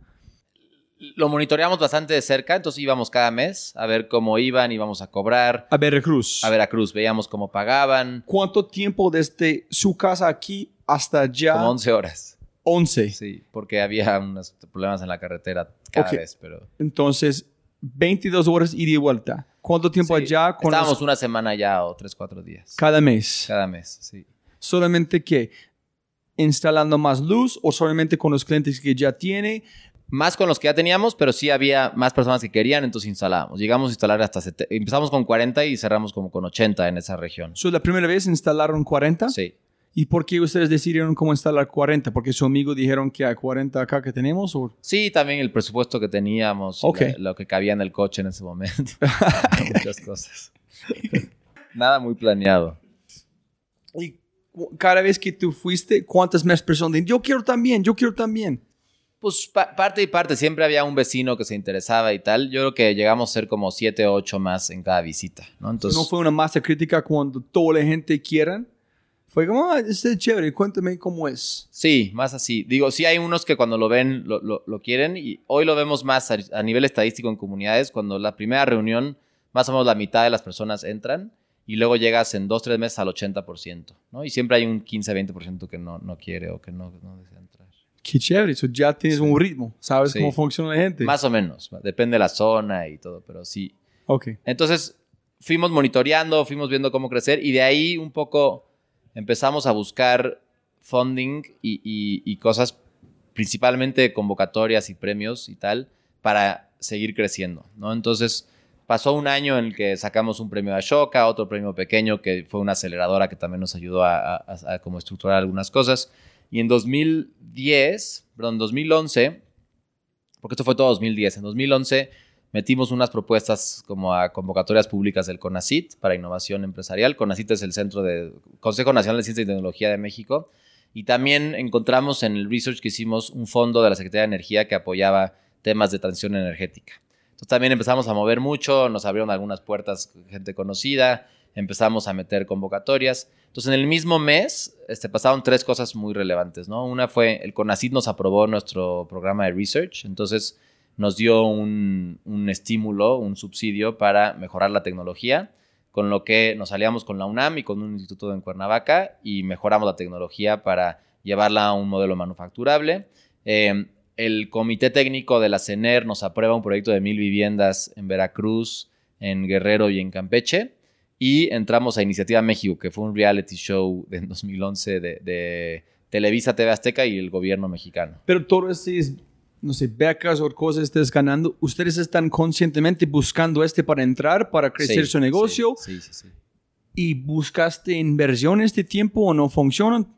Lo monitoreamos bastante de cerca, entonces íbamos cada mes a ver cómo iban, íbamos a cobrar. A Veracruz. A Veracruz, veíamos cómo pagaban. ¿Cuánto tiempo desde su casa aquí hasta allá? Como once horas. once. Sí, porque había unos problemas en la carretera cada Okay. vez, pero... Entonces, veintidós horas ida y vuelta. ¿Cuánto tiempo Sí, allá? Con estábamos los- una semana ya o tres, cuatro días. Cada mes. Cada mes, sí. ¿Solamente que instalando más luz o solamente con los clientes que ya tiene? Más con los que ya teníamos, pero sí había más personas que querían, entonces instalábamos. Llegamos a instalar hasta... setenta. Empezamos con cuarenta y cerramos como con ochenta en esa región. ¿So, la primera vez instalaron cuarenta? Sí. ¿Y por qué ustedes decidieron cómo instalar cuarenta? ¿Porque su amigo dijeron que hay cuarenta acá que tenemos? ¿O? Sí, también el presupuesto que teníamos, y Ok. la- lo que cabía en el coche en ese momento. Muchas cosas. Nada muy planeado. Y cu- cada vez que tú fuiste, ¿cuántas más personas dicen, yo quiero también, yo quiero también? Pues pa- parte y parte. Siempre había un vecino que se interesaba y tal. Yo creo que llegamos a ser como siete o ocho más en cada visita, ¿no? Entonces, ¿No fue una masa crítica cuando toda la gente quiera? Fue como, ah, este es chévere, cuéntame cómo es. sí, más así. Digo, sí hay unos que cuando lo ven lo, lo- lo quieren y hoy lo vemos más a, a nivel estadístico en comunidades. Cuando la primera reunión, más o menos la mitad de las personas entran y luego llegas en dos, tres meses al ochenta por ciento, ¿no? Y siempre hay un quince, veinte por ciento que no, no quiere o que no, no desea entrar. Qué chévere, eso ya tienes un ritmo, sabes Sí. cómo funciona la gente. Más o menos. Depende de la zona y todo, pero sí. Ok. Entonces, fuimos monitoreando, fuimos viendo cómo crecer y de ahí un poco empezamos a buscar funding y, y- y cosas, principalmente convocatorias y premios y tal, para seguir creciendo, ¿no? Entonces, pasó un año en el que sacamos un premio de Ashoka, otro premio pequeño que fue una aceleradora que también nos ayudó a, a- a- a como estructurar algunas cosas. Y en dos mil diez, perdón, dos mil once, porque esto fue todo dos mil diez, en dos mil once metimos unas propuestas como a convocatorias públicas del CONACYT para innovación empresarial. CONACYT es el centro de Consejo Nacional de Ciencia y Tecnología de México. Y también encontramos en el research que hicimos un fondo de la Secretaría de Energía que apoyaba temas de transición energética. Entonces también empezamos a mover mucho, nos abrieron algunas puertas, gente conocida, empezamos a meter convocatorias. Entonces en el mismo mes este, pasaron tres cosas muy relevantes, ¿no? Una fue el CONACYT nos aprobó nuestro programa de research, entonces nos dio un, un estímulo, un subsidio para mejorar la tecnología, con lo que nos aliamos con la UNAM y con un instituto en Cuernavaca y mejoramos la tecnología para llevarla a un modelo manufacturable. Eh, el comité técnico de la CENER nos aprueba un proyecto de mil viviendas en Veracruz, en Guerrero y en Campeche. Y entramos a Iniciativa México, que fue un reality show en dos mil once de, de Televisa, T V Azteca y el gobierno mexicano. Pero todo este es, no sé, becas o cosas estés ganando. ¿Ustedes están conscientemente buscando este para entrar, para crecer Sí, su negocio? Sí, sí, sí, sí. ¿Y buscaste inversión este tiempo o no funcionan?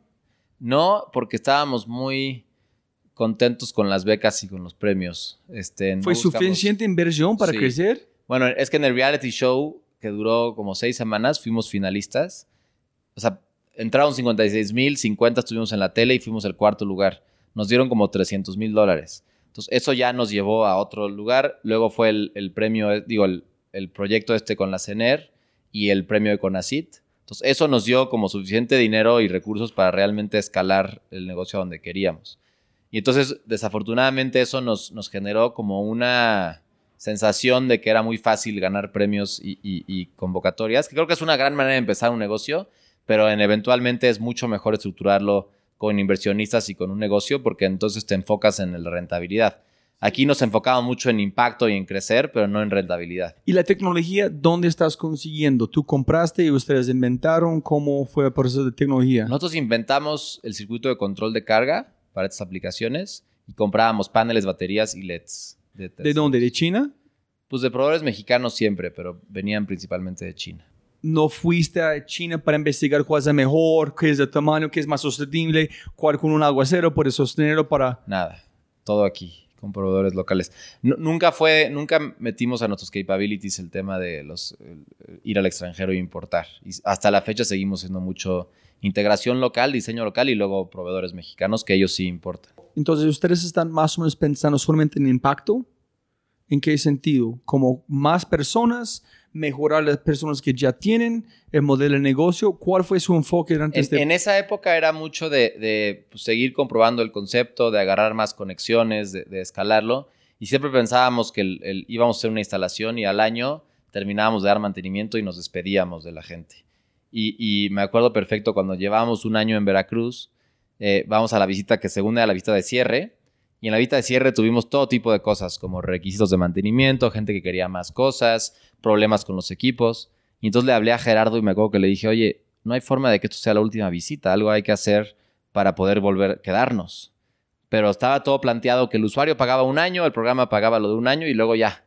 No, porque estábamos muy contentos con las becas y con los premios. Este, no ¿Fue buscamos... suficiente inversión para Sí. crecer? Bueno, es que en el reality show, que duró como seis semanas, fuimos finalistas. O sea, entraron cincuenta y seis mil, cincuenta estuvimos en la tele y fuimos el cuarto lugar. Nos dieron como trescientos mil dólares. Entonces, eso ya nos llevó a otro lugar. Luego fue el, el premio, digo, el, el proyecto este con la CENER y el premio de CONACYT. Entonces, eso nos dio como suficiente dinero y recursos para realmente escalar el negocio a donde queríamos. Y entonces, desafortunadamente, eso nos, nos generó como una sensación de que era muy fácil ganar premios y, y, y convocatorias, que creo que es una gran manera de empezar un negocio, pero en, eventualmente es mucho mejor estructurarlo con inversionistas y con un negocio, porque entonces te enfocas en la rentabilidad. Aquí nos enfocamos mucho en impacto y en crecer, pero no en rentabilidad. ¿Y la tecnología dónde estás consiguiendo? ¿Tú compraste y ustedes inventaron? ¿Cómo fue el proceso de tecnología? Nosotros inventamos el circuito de control de carga para estas aplicaciones y comprábamos paneles, baterías y L E Ds. ¿De, ¿De dónde? ¿De China? Pues de proveedores mexicanos siempre, pero venían principalmente de China. ¿No fuiste a China para investigar cuál es el mejor, qué es el tamaño, qué es más sostenible, cuál con un aguacero puede sostenerlo para...? Nada, todo aquí, con proveedores locales. N- nunca fue, nunca metimos a nuestros capabilities el tema de los el, ir al extranjero e importar. Y hasta la fecha seguimos siendo mucho integración local, diseño local y luego proveedores mexicanos que ellos sí importan. Entonces, ¿ustedes están más o menos pensando solamente en impacto? ¿En qué sentido? ¿Como más personas? ¿Mejorar las personas que ya tienen? ¿El modelo de negocio? ¿Cuál fue su enfoque antes En, de...? en esa época era mucho de, de pues, seguir comprobando el concepto, de agarrar más conexiones, de, de escalarlo. Y siempre pensábamos que el, el, íbamos a hacer una instalación y al año terminábamos de dar mantenimiento y nos despedíamos de la gente. Y, y me acuerdo perfecto cuando llevábamos un año en Veracruz, eh, vamos a la visita que según era la visita de cierre, y en la visita de cierre tuvimos todo tipo de cosas, como requisitos de mantenimiento, gente que quería más cosas, problemas con los equipos. Y entonces le hablé a Gerardo y me acuerdo que le dije, oye, no hay forma de que esto sea la última visita, algo hay que hacer para poder volver a quedarnos. Pero estaba todo planteado que el usuario pagaba un año, el programa pagaba lo de un año y luego ya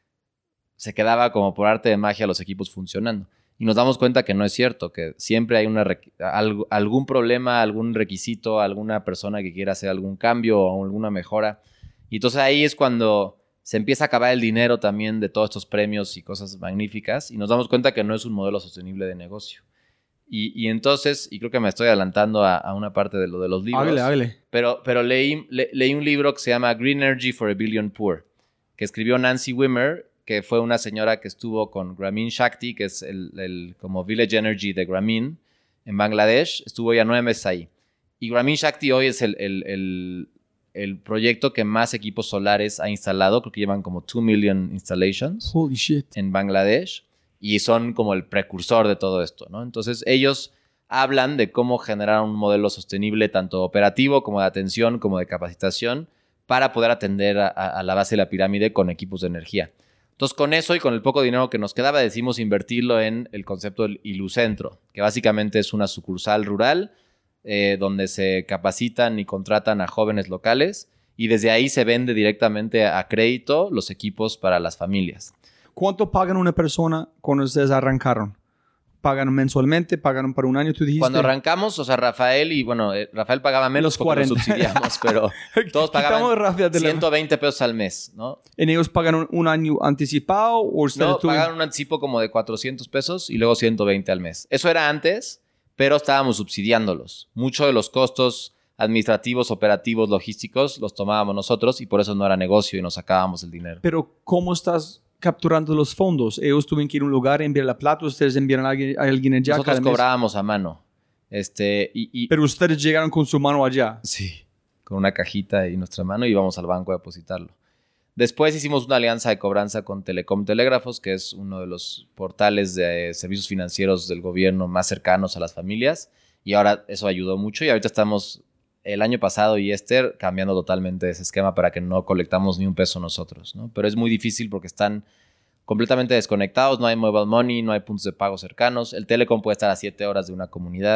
se quedaba como por arte de magia los equipos funcionando. Y nos damos cuenta que no es cierto, que siempre hay una requ- algo, algún problema, algún requisito, alguna persona que quiera hacer algún cambio o alguna mejora. Y entonces ahí es cuando se empieza a acabar el dinero también de todos estos premios y cosas magníficas y nos damos cuenta que no es un modelo sostenible de negocio. Y, y entonces, y creo que me estoy adelantando a, a una parte de lo de los libros, Hágale, hágale. pero, pero leí, le, leí un libro que se llama Green Energy for a Billion Poor, que escribió Nancy Wimmer, que fue una señora que estuvo con Grameen Shakti, que es el, el como Village Energy de Grameen en Bangladesh. Estuvo ya nueve meses ahí. Y Grameen Shakti hoy es el, el, el, el proyecto que más equipos solares ha instalado. Creo que llevan como two million installations Holy shit. en Bangladesh. Y son como el precursor de todo esto, ¿no? Entonces ellos hablan de cómo generar un modelo sostenible tanto operativo como de atención, como de capacitación, para poder atender a, a la base de la pirámide con equipos de energía. Entonces, con eso y con el poco dinero que nos quedaba, decidimos invertirlo en el concepto del Ilucentro, que básicamente es una sucursal rural eh, donde se capacitan y contratan a jóvenes locales y desde ahí se vende directamente a crédito los equipos para las familias. ¿Cuánto pagan una persona cuando ustedes arrancaron? ¿Pagan mensualmente? ¿Pagan para un año? ¿Tú dijiste? Cuando arrancamos, o sea, Rafael y, bueno, eh, Rafael pagaba menos Los porque lo cuarenta. subsidiamos, pero todos Quitamos pagaban Rafael de la- ciento veinte pesos al mes, ¿no? ¿En ellos pagan un, un año anticipado? ¿O ustedes No, tuvieron- pagaban un anticipo como de cuatrocientos pesos y luego ciento veinte al mes. Eso era antes, pero estábamos subsidiándolos. Muchos de los costos administrativos, operativos, logísticos los tomábamos nosotros y por eso no era negocio y nos sacábamos el dinero. Pero ¿cómo estás capturando los fondos? Ellos tuvieron que ir a un lugar, enviar la plata, ustedes enviaron a alguien, a alguien allá Nosotros cada mes. cobrábamos a mano. Este, y, y Pero ustedes llegaron con su mano allá. sí, con una cajita y nuestra mano y íbamos al banco a depositarlo. Después hicimos una alianza de cobranza con Telecom Telégrafos, que es uno de los portales de servicios financieros del gobierno más cercanos a las familias. Y ahora eso ayudó mucho y ahorita estamos, el año pasado y este, cambiando totalmente ese esquema para que no colectamos ni un peso nosotros, ¿no? Pero es muy difícil porque están completamente desconectados, no hay mobile money, no hay puntos de pago cercanos. El Telecom puede estar a siete horas de una comunidad.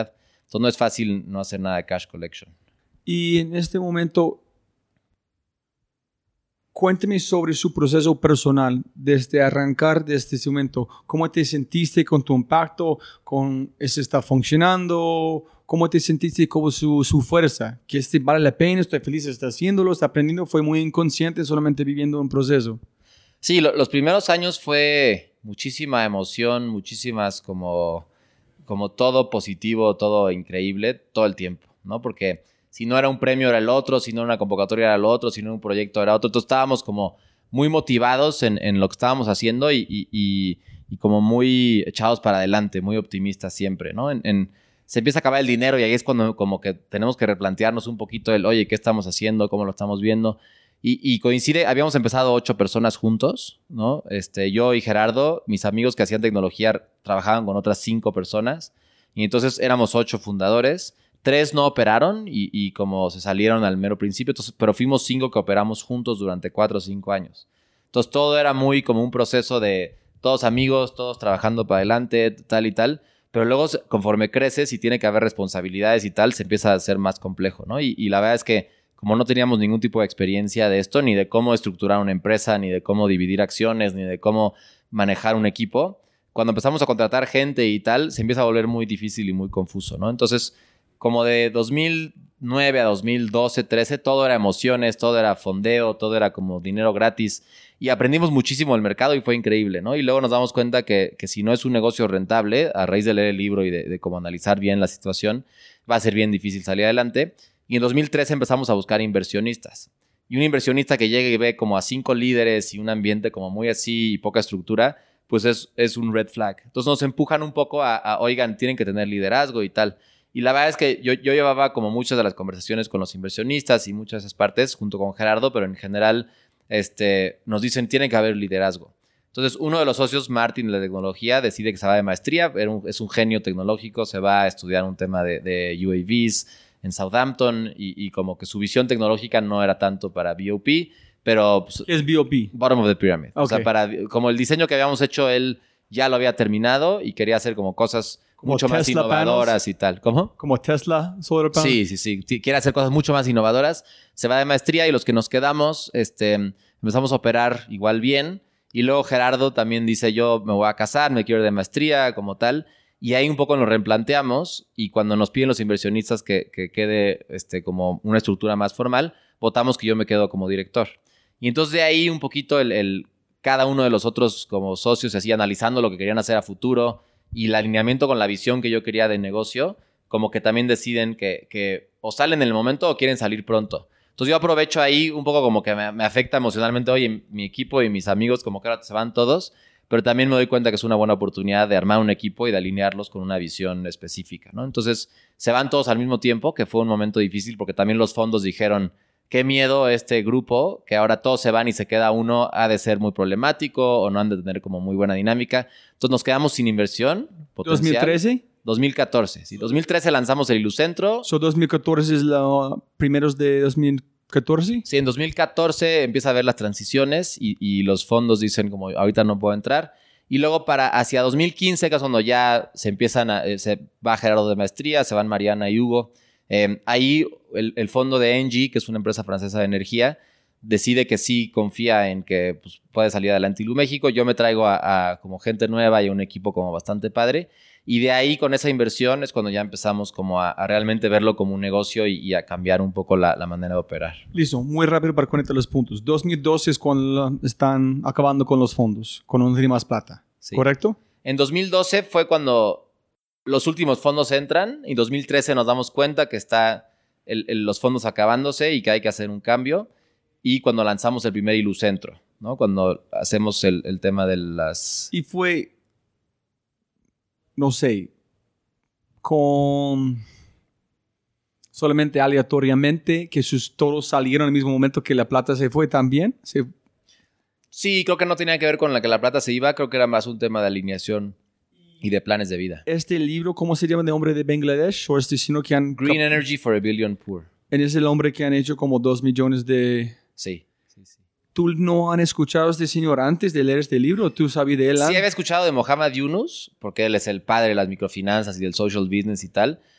Entonces no es fácil no hacer nada de cash collection. Y en este momento, cuénteme sobre su proceso personal desde arrancar, desde ese momento. ¿Cómo te sentiste con tu impacto? ¿Con eso está funcionando? ¿Cómo te sentiste con su, su fuerza? ¿Que este vale la pena? ¿Estoy feliz? ¿Está haciéndolo? ¿Está aprendiendo? ¿Fue muy inconsciente solamente viviendo un proceso? Sí, lo, los primeros años fue muchísima emoción, muchísimas como, como todo positivo, todo increíble, todo el tiempo, ¿no? Porque si no era un premio era el otro, si no era una convocatoria era el otro, si no era un proyecto era otro. Entonces estábamos como muy motivados en, en lo que estábamos haciendo y, y, y, y como muy echados para adelante, muy optimistas siempre, ¿no? En, en, se empieza a acabar el dinero y ahí es cuando como que tenemos que replantearnos un poquito el, oye, ¿qué estamos haciendo? ¿Cómo lo estamos viendo? Y, y coincide, habíamos empezado ocho personas juntos, ¿no? Este, yo y Gerardo, mis amigos que hacían tecnología trabajaban con otras cinco personas y entonces éramos ocho fundadores. Tres no operaron y, y como se salieron al mero principio, entonces, pero fuimos cinco que operamos juntos durante cuatro o cinco años. Entonces todo era muy como un proceso de todos amigos, todos trabajando para adelante, tal y tal. Pero luego conforme creces y tiene que haber responsabilidades y tal, se empieza a hacer más complejo, ¿no? Y, y la verdad es que como no teníamos ningún tipo de experiencia de esto, ni de cómo estructurar una empresa, ni de cómo dividir acciones, ni de cómo manejar un equipo, cuando empezamos a contratar gente y tal, se empieza a volver muy difícil y muy confuso, ¿no? Entonces, como de dos mil nueve a dos mil doce, trece, todo era emociones, todo era fondeo, todo era como dinero gratis. Y aprendimos muchísimo del mercado y fue increíble, ¿no? Y luego nos damos cuenta que, que si no es un negocio rentable, a raíz de leer el libro y de, de cómo analizar bien la situación, va a ser bien difícil salir adelante. Y en dos mil trece empezamos a buscar inversionistas. Y un inversionista que llegue y ve como a cinco líderes y un ambiente como muy así y poca estructura, pues es, es un red flag. Entonces nos empujan un poco a, a, oigan, tienen que tener liderazgo y tal. Y la verdad es que yo, yo llevaba como muchas de las conversaciones con los inversionistas y muchas de esas partes junto con Gerardo, pero en general este, nos dicen tiene que haber liderazgo. Entonces uno de los socios, Martin, de la tecnología, decide que se va de maestría, es un genio tecnológico, se va a estudiar un tema de, de U A Vs en Southampton y, y como que su visión tecnológica no era tanto para B O P, pero... Pues, ¿qué es B O P? Bottom of the pyramid. Okay. O sea, para, como el diseño que habíamos hecho, él ya lo había terminado y quería hacer como cosas... Como mucho más Tesla innovadoras panels. Y tal. ¿Cómo? Como Tesla Solar Panels. Sí, sí, sí. Quiere hacer cosas mucho más innovadoras. Se va de maestría y los que nos quedamos este, empezamos a operar igual bien. Y luego Gerardo también dice, yo me voy a casar, me quiero ir de maestría como tal. Y ahí un poco nos replanteamos y cuando nos piden los inversionistas que, que quede este, como una estructura más formal, votamos que yo me quedo como director. Y entonces de ahí un poquito el, el, cada uno de los otros como socios así analizando lo que querían hacer a futuro y el alineamiento con la visión que yo quería de negocio, como que también deciden que, que o salen en el momento o quieren salir pronto. Entonces yo aprovecho ahí un poco como que me, me afecta emocionalmente, oye, mi equipo y mis amigos como que ahora se van todos, pero también me doy cuenta que es una buena oportunidad de armar un equipo y de alinearlos con una visión específica, ¿no? Entonces se van todos al mismo tiempo, que fue un momento difícil porque también los fondos dijeron, qué miedo este grupo, que ahora todos se van y se queda uno, ha de ser muy problemático o no han de tener como muy buena dinámica. Entonces nos quedamos sin inversión potencial. ¿dos mil trece? dos mil catorce, sí. dos mil trece lanzamos el Ilucentro. ¿So dos mil catorce es los primeros de dos mil catorce? Sí, en dos mil catorce empieza a ver las transiciones y, y los fondos dicen como ahorita no puedo entrar. Y luego para hacia dos mil quince, que es cuando ya se empiezan a... Se va Gerardo de maestría, se van Mariana y Hugo. Eh, ahí el, el fondo de Engie, que es una empresa francesa de energía, decide que sí confía en que pues, puede salir adelante Ilu México. Yo me traigo a, a como gente nueva y un equipo como bastante padre. Y de ahí con esa inversión es cuando ya empezamos como a, a realmente verlo como un negocio y, y a cambiar un poco la, la manera de operar. Listo, muy rápido para conectar los puntos. dos mil doce es cuando están acabando con los fondos, cuando no tiene más plata, Sí. ¿correcto? En dos mil doce fue cuando los últimos fondos entran y en dos mil trece nos damos cuenta que está el, el, los fondos acabándose y que hay que hacer un cambio. Y cuando lanzamos el primer Ilucentro, ¿no? Cuando hacemos el, el tema de las... Y fue, no sé, con solamente aleatoriamente que sus todos salieron al mismo momento que la plata se fue también. Se... Sí, creo que no tenía que ver con la que la plata se iba. Creo que era más un tema de alineación y de planes de vida. Este libro, ¿cómo se llama? ¿De hombre de Bangladesh? ¿O este sino que han... Green Energy for a Billion Poor. Es el hombre que han hecho como dos millones de... Sí, sí, sí. ¿Tú no han escuchado a este señor antes de leer este libro? ¿Tú sabías de él? Sí, había escuchado de Mohamed Yunus, porque él es el padre de las microfinanzas y del social business y tal.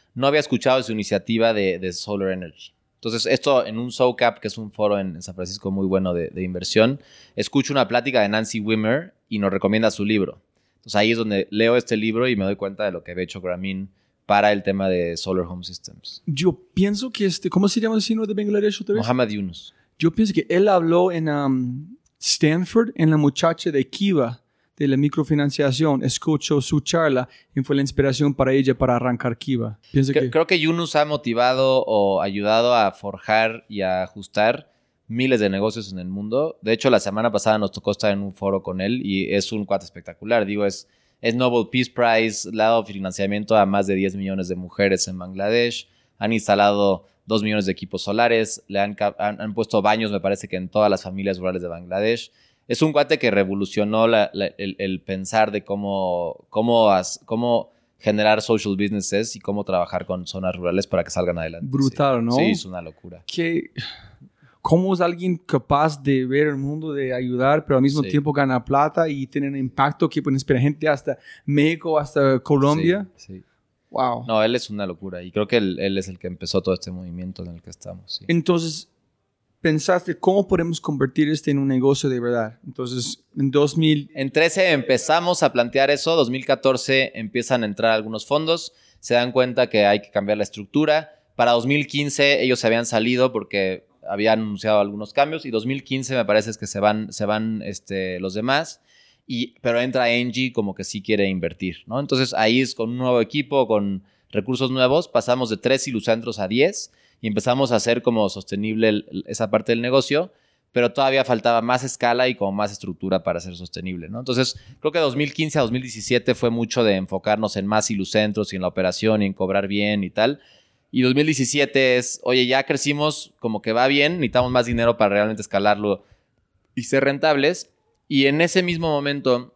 no había escuchado de su iniciativa de, de Solar Energy. Entonces, esto en un SoCap, que es un foro en, en San Francisco muy bueno de, de inversión, escucho una plática de Nancy Wimmer y nos recomienda su libro. Entonces, ahí es donde leo este libro y me doy cuenta de lo que había hecho Grameen para el tema de Solar Home Systems. Yo pienso que este, ¿cómo se llama el señor de Bangladesh otra vez? Mohammad Yunus. Yo pienso que él habló en um, Stanford, en la muchacha de Kiva, de la microfinanciación. Escuchó su charla y fue la inspiración para ella para arrancar Kiva. Pienso que, que... Creo que Yunus ha motivado o ayudado a forjar y a ajustar miles de negocios en el mundo. De hecho, la semana pasada nos tocó estar en un foro con él y es un cuate espectacular. Digo, es, es Nobel Peace Prize, le ha dado financiamiento a más de diez millones de mujeres en Bangladesh. Han instalado dos millones de equipos solares, le han, han, han puesto baños, me parece que en todas las familias rurales de Bangladesh. Es un cuate que revolucionó la, la, el, el pensar de cómo, cómo, cómo generar social businesses y cómo trabajar con zonas rurales para que salgan adelante. Brutal, sí. ¿no? Sí, es una locura. ¿Qué, ¿Cómo es alguien capaz de ver el mundo, de ayudar, pero al mismo sí. tiempo ganar plata y tener un impacto que puede inspirar gente hasta México, hasta Colombia? Sí, sí. Wow. No, él es una locura y creo que él, él es el que empezó todo este movimiento en el que estamos. Sí. Entonces, pensaste, ¿cómo podemos convertir este en un negocio de verdad? Entonces, en dos mil... En trece empezamos a plantear eso. dos mil catorce empiezan a entrar algunos fondos. Se dan cuenta que hay que cambiar la estructura. Para dos mil quince ellos se habían salido porque habían anunciado algunos cambios. Y dos mil quince me parece es que se van, se van este, los demás. Y, pero entra Engie como que sí quiere invertir, ¿no? Entonces ahí es con un nuevo equipo, con recursos nuevos, pasamos de tres ilucentros a diez y empezamos a hacer como sostenible el, esa parte del negocio, pero todavía faltaba más escala y como más estructura para ser sostenible, ¿no? Entonces creo que dos mil quince a dos mil diecisiete fue mucho de enfocarnos en más ilucentros y en la operación y en cobrar bien y tal. Y dos mil diecisiete es, oye, ya crecimos, como que va bien, necesitamos más dinero para realmente escalarlo y ser rentables. Y en ese mismo momento,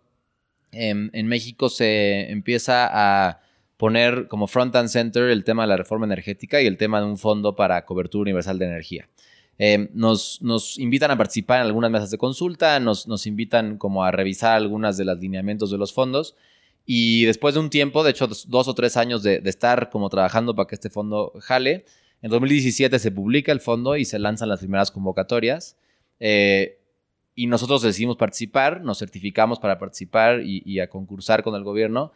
en, en México se empieza a poner como front and center el tema de la reforma energética y el tema de un fondo para cobertura universal de energía. Eh, nos, nos invitan a participar en algunas mesas de consulta, nos, nos invitan como a revisar algunas de los lineamientos de los fondos y después de un tiempo, de hecho dos, dos o tres años de, de estar como trabajando para que este fondo jale, en dos mil diecisiete se publica el fondo y se lanzan las primeras convocatorias. Eh, Y nosotros decidimos participar, nos certificamos para participar y, y a concursar con el gobierno.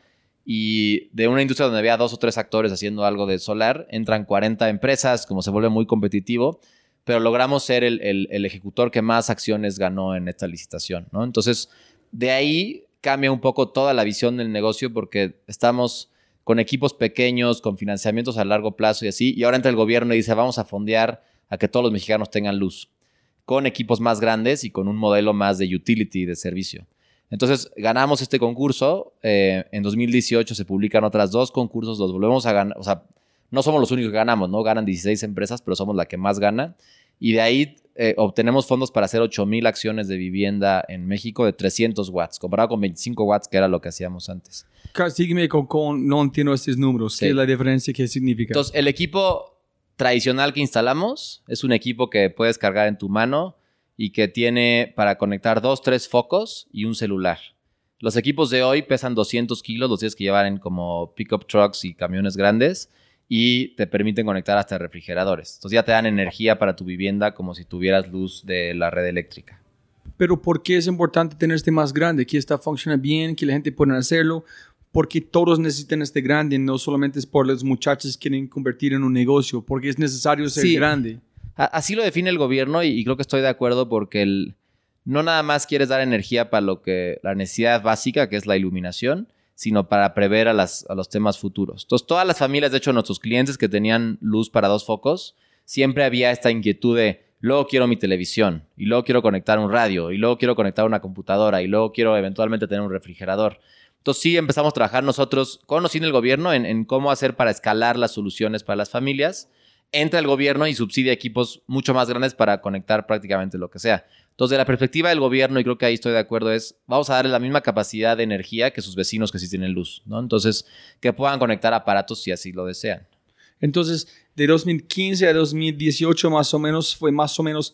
Y de una industria donde había dos o tres actores haciendo algo de solar, entran cuarenta empresas, como se vuelve muy competitivo, pero logramos ser el, el, el ejecutor que más acciones ganó en esta licitación, ¿no? Entonces, de ahí cambia un poco toda la visión del negocio porque estamos con equipos pequeños, con financiamientos a largo plazo y así. Y ahora entra el gobierno y dice, vamos a fondear a que todos los mexicanos tengan luz, con equipos más grandes y con un modelo más de utility, de servicio. Entonces, ganamos este concurso. Eh, en dos mil dieciocho se publican otras dos concursos, los volvemos a ganar. O sea, no somos los únicos que ganamos, ¿no? Ganan dieciséis empresas, pero somos la que más gana. Y de ahí eh, obtenemos fondos para hacer ocho mil acciones de vivienda en México de trescientos watts, comparado con veinticinco watts, que era lo que hacíamos antes. Sígueme con, con no entiendo estos números. Sí. ¿Qué es la diferencia? ¿Qué significa? Entonces, el equipo tradicional que instalamos es un equipo que puedes cargar en tu mano y que tiene para conectar dos, tres focos y un celular. Los equipos de hoy pesan doscientos kilos, los tienes que llevar en como pickup trucks y camiones grandes y te permiten conectar hasta refrigeradores. Entonces ya te dan energía para tu vivienda como si tuvieras luz de la red eléctrica. Pero ¿por qué es importante tener este más grande? Que está funcionando bien, que la gente pueda hacerlo. Porque todos necesitan este grande, no solamente es por los muchachos que quieren convertir en un negocio, porque es necesario ser sí. grande. Así lo define el gobierno y, y creo que estoy de acuerdo porque el, no nada más quieres dar energía para lo que la necesidad básica, que es la iluminación, sino para prever a, las, a los temas futuros. Entonces, todas las familias, de hecho, nuestros clientes que tenían luz para dos focos, siempre había esta inquietud de, luego quiero mi televisión, y luego quiero conectar un radio, y luego quiero conectar una computadora, y luego quiero eventualmente tener un refrigerador. Entonces sí empezamos a trabajar nosotros con o sin el gobierno en, en cómo hacer para escalar las soluciones para las familias. Entra el gobierno y subsidia equipos mucho más grandes para conectar prácticamente lo que sea. Entonces, de la perspectiva del gobierno, y creo que ahí estoy de acuerdo, es vamos a darle la misma capacidad de energía que sus vecinos que sí tienen luz, ¿no? Entonces, que puedan conectar aparatos si así lo desean. Entonces, de dos mil quince a dos mil dieciocho más o menos, fue más o menos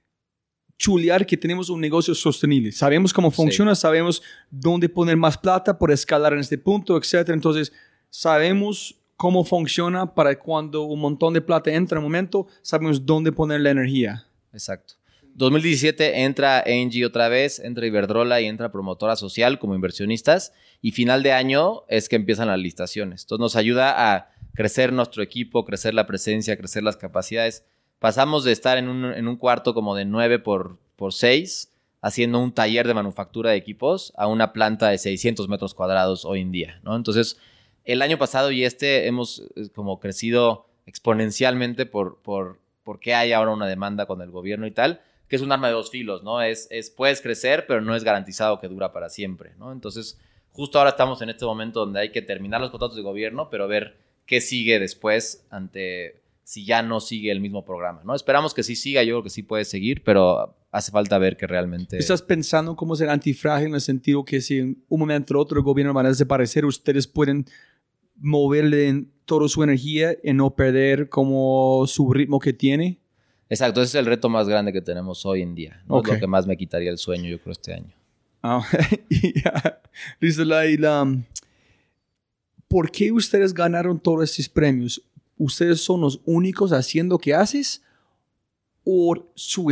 chulear que tenemos un negocio sostenible. Sabemos cómo funciona, sí. Sabemos dónde poner más plata por escalar en este punto, etcétera. Entonces, sabemos cómo funciona para cuando un montón de plata entra en un momento, sabemos dónde poner la energía. Exacto. dos mil diecisiete entra A N G otra vez, entra Iberdrola y entra Promotora Social como inversionistas. Y final de año es que empiezan las licitaciones. Entonces nos ayuda a crecer nuestro equipo, crecer la presencia, crecer las capacidades. Pasamos de estar en un, en un cuarto como de nueve por seis, haciendo un taller de manufactura de equipos, a una planta de seiscientos metros cuadrados hoy en día, ¿no? Entonces, el año pasado y este hemos eh, como crecido exponencialmente por, por, porque hay ahora una demanda con el gobierno y tal, que es un arma de dos filos, ¿no? Es, es, puedes crecer, pero no es garantizado que dura para siempre, ¿no? Entonces, justo ahora estamos en este momento donde hay que terminar los contratos de gobierno, pero ver qué sigue después ante si ya no sigue el mismo programa, ¿no? Esperamos que sí siga, yo creo que sí puede seguir, pero hace falta ver que realmente... ¿Estás pensando cómo ser antifrágil en el sentido que si en un momento u otro el gobierno va a desaparecer, ustedes pueden moverle toda su energía y no perder como su ritmo que tiene? Exacto, ese es el reto más grande que tenemos hoy en día, ¿no? Okay. Es lo que más me quitaría el sueño, yo creo, este año. Ah, yeah. Listo, la, y la, ¿por qué ustedes ganaron todos estos premios? ¿Ustedes son los únicos haciendo que haces? ¿O su,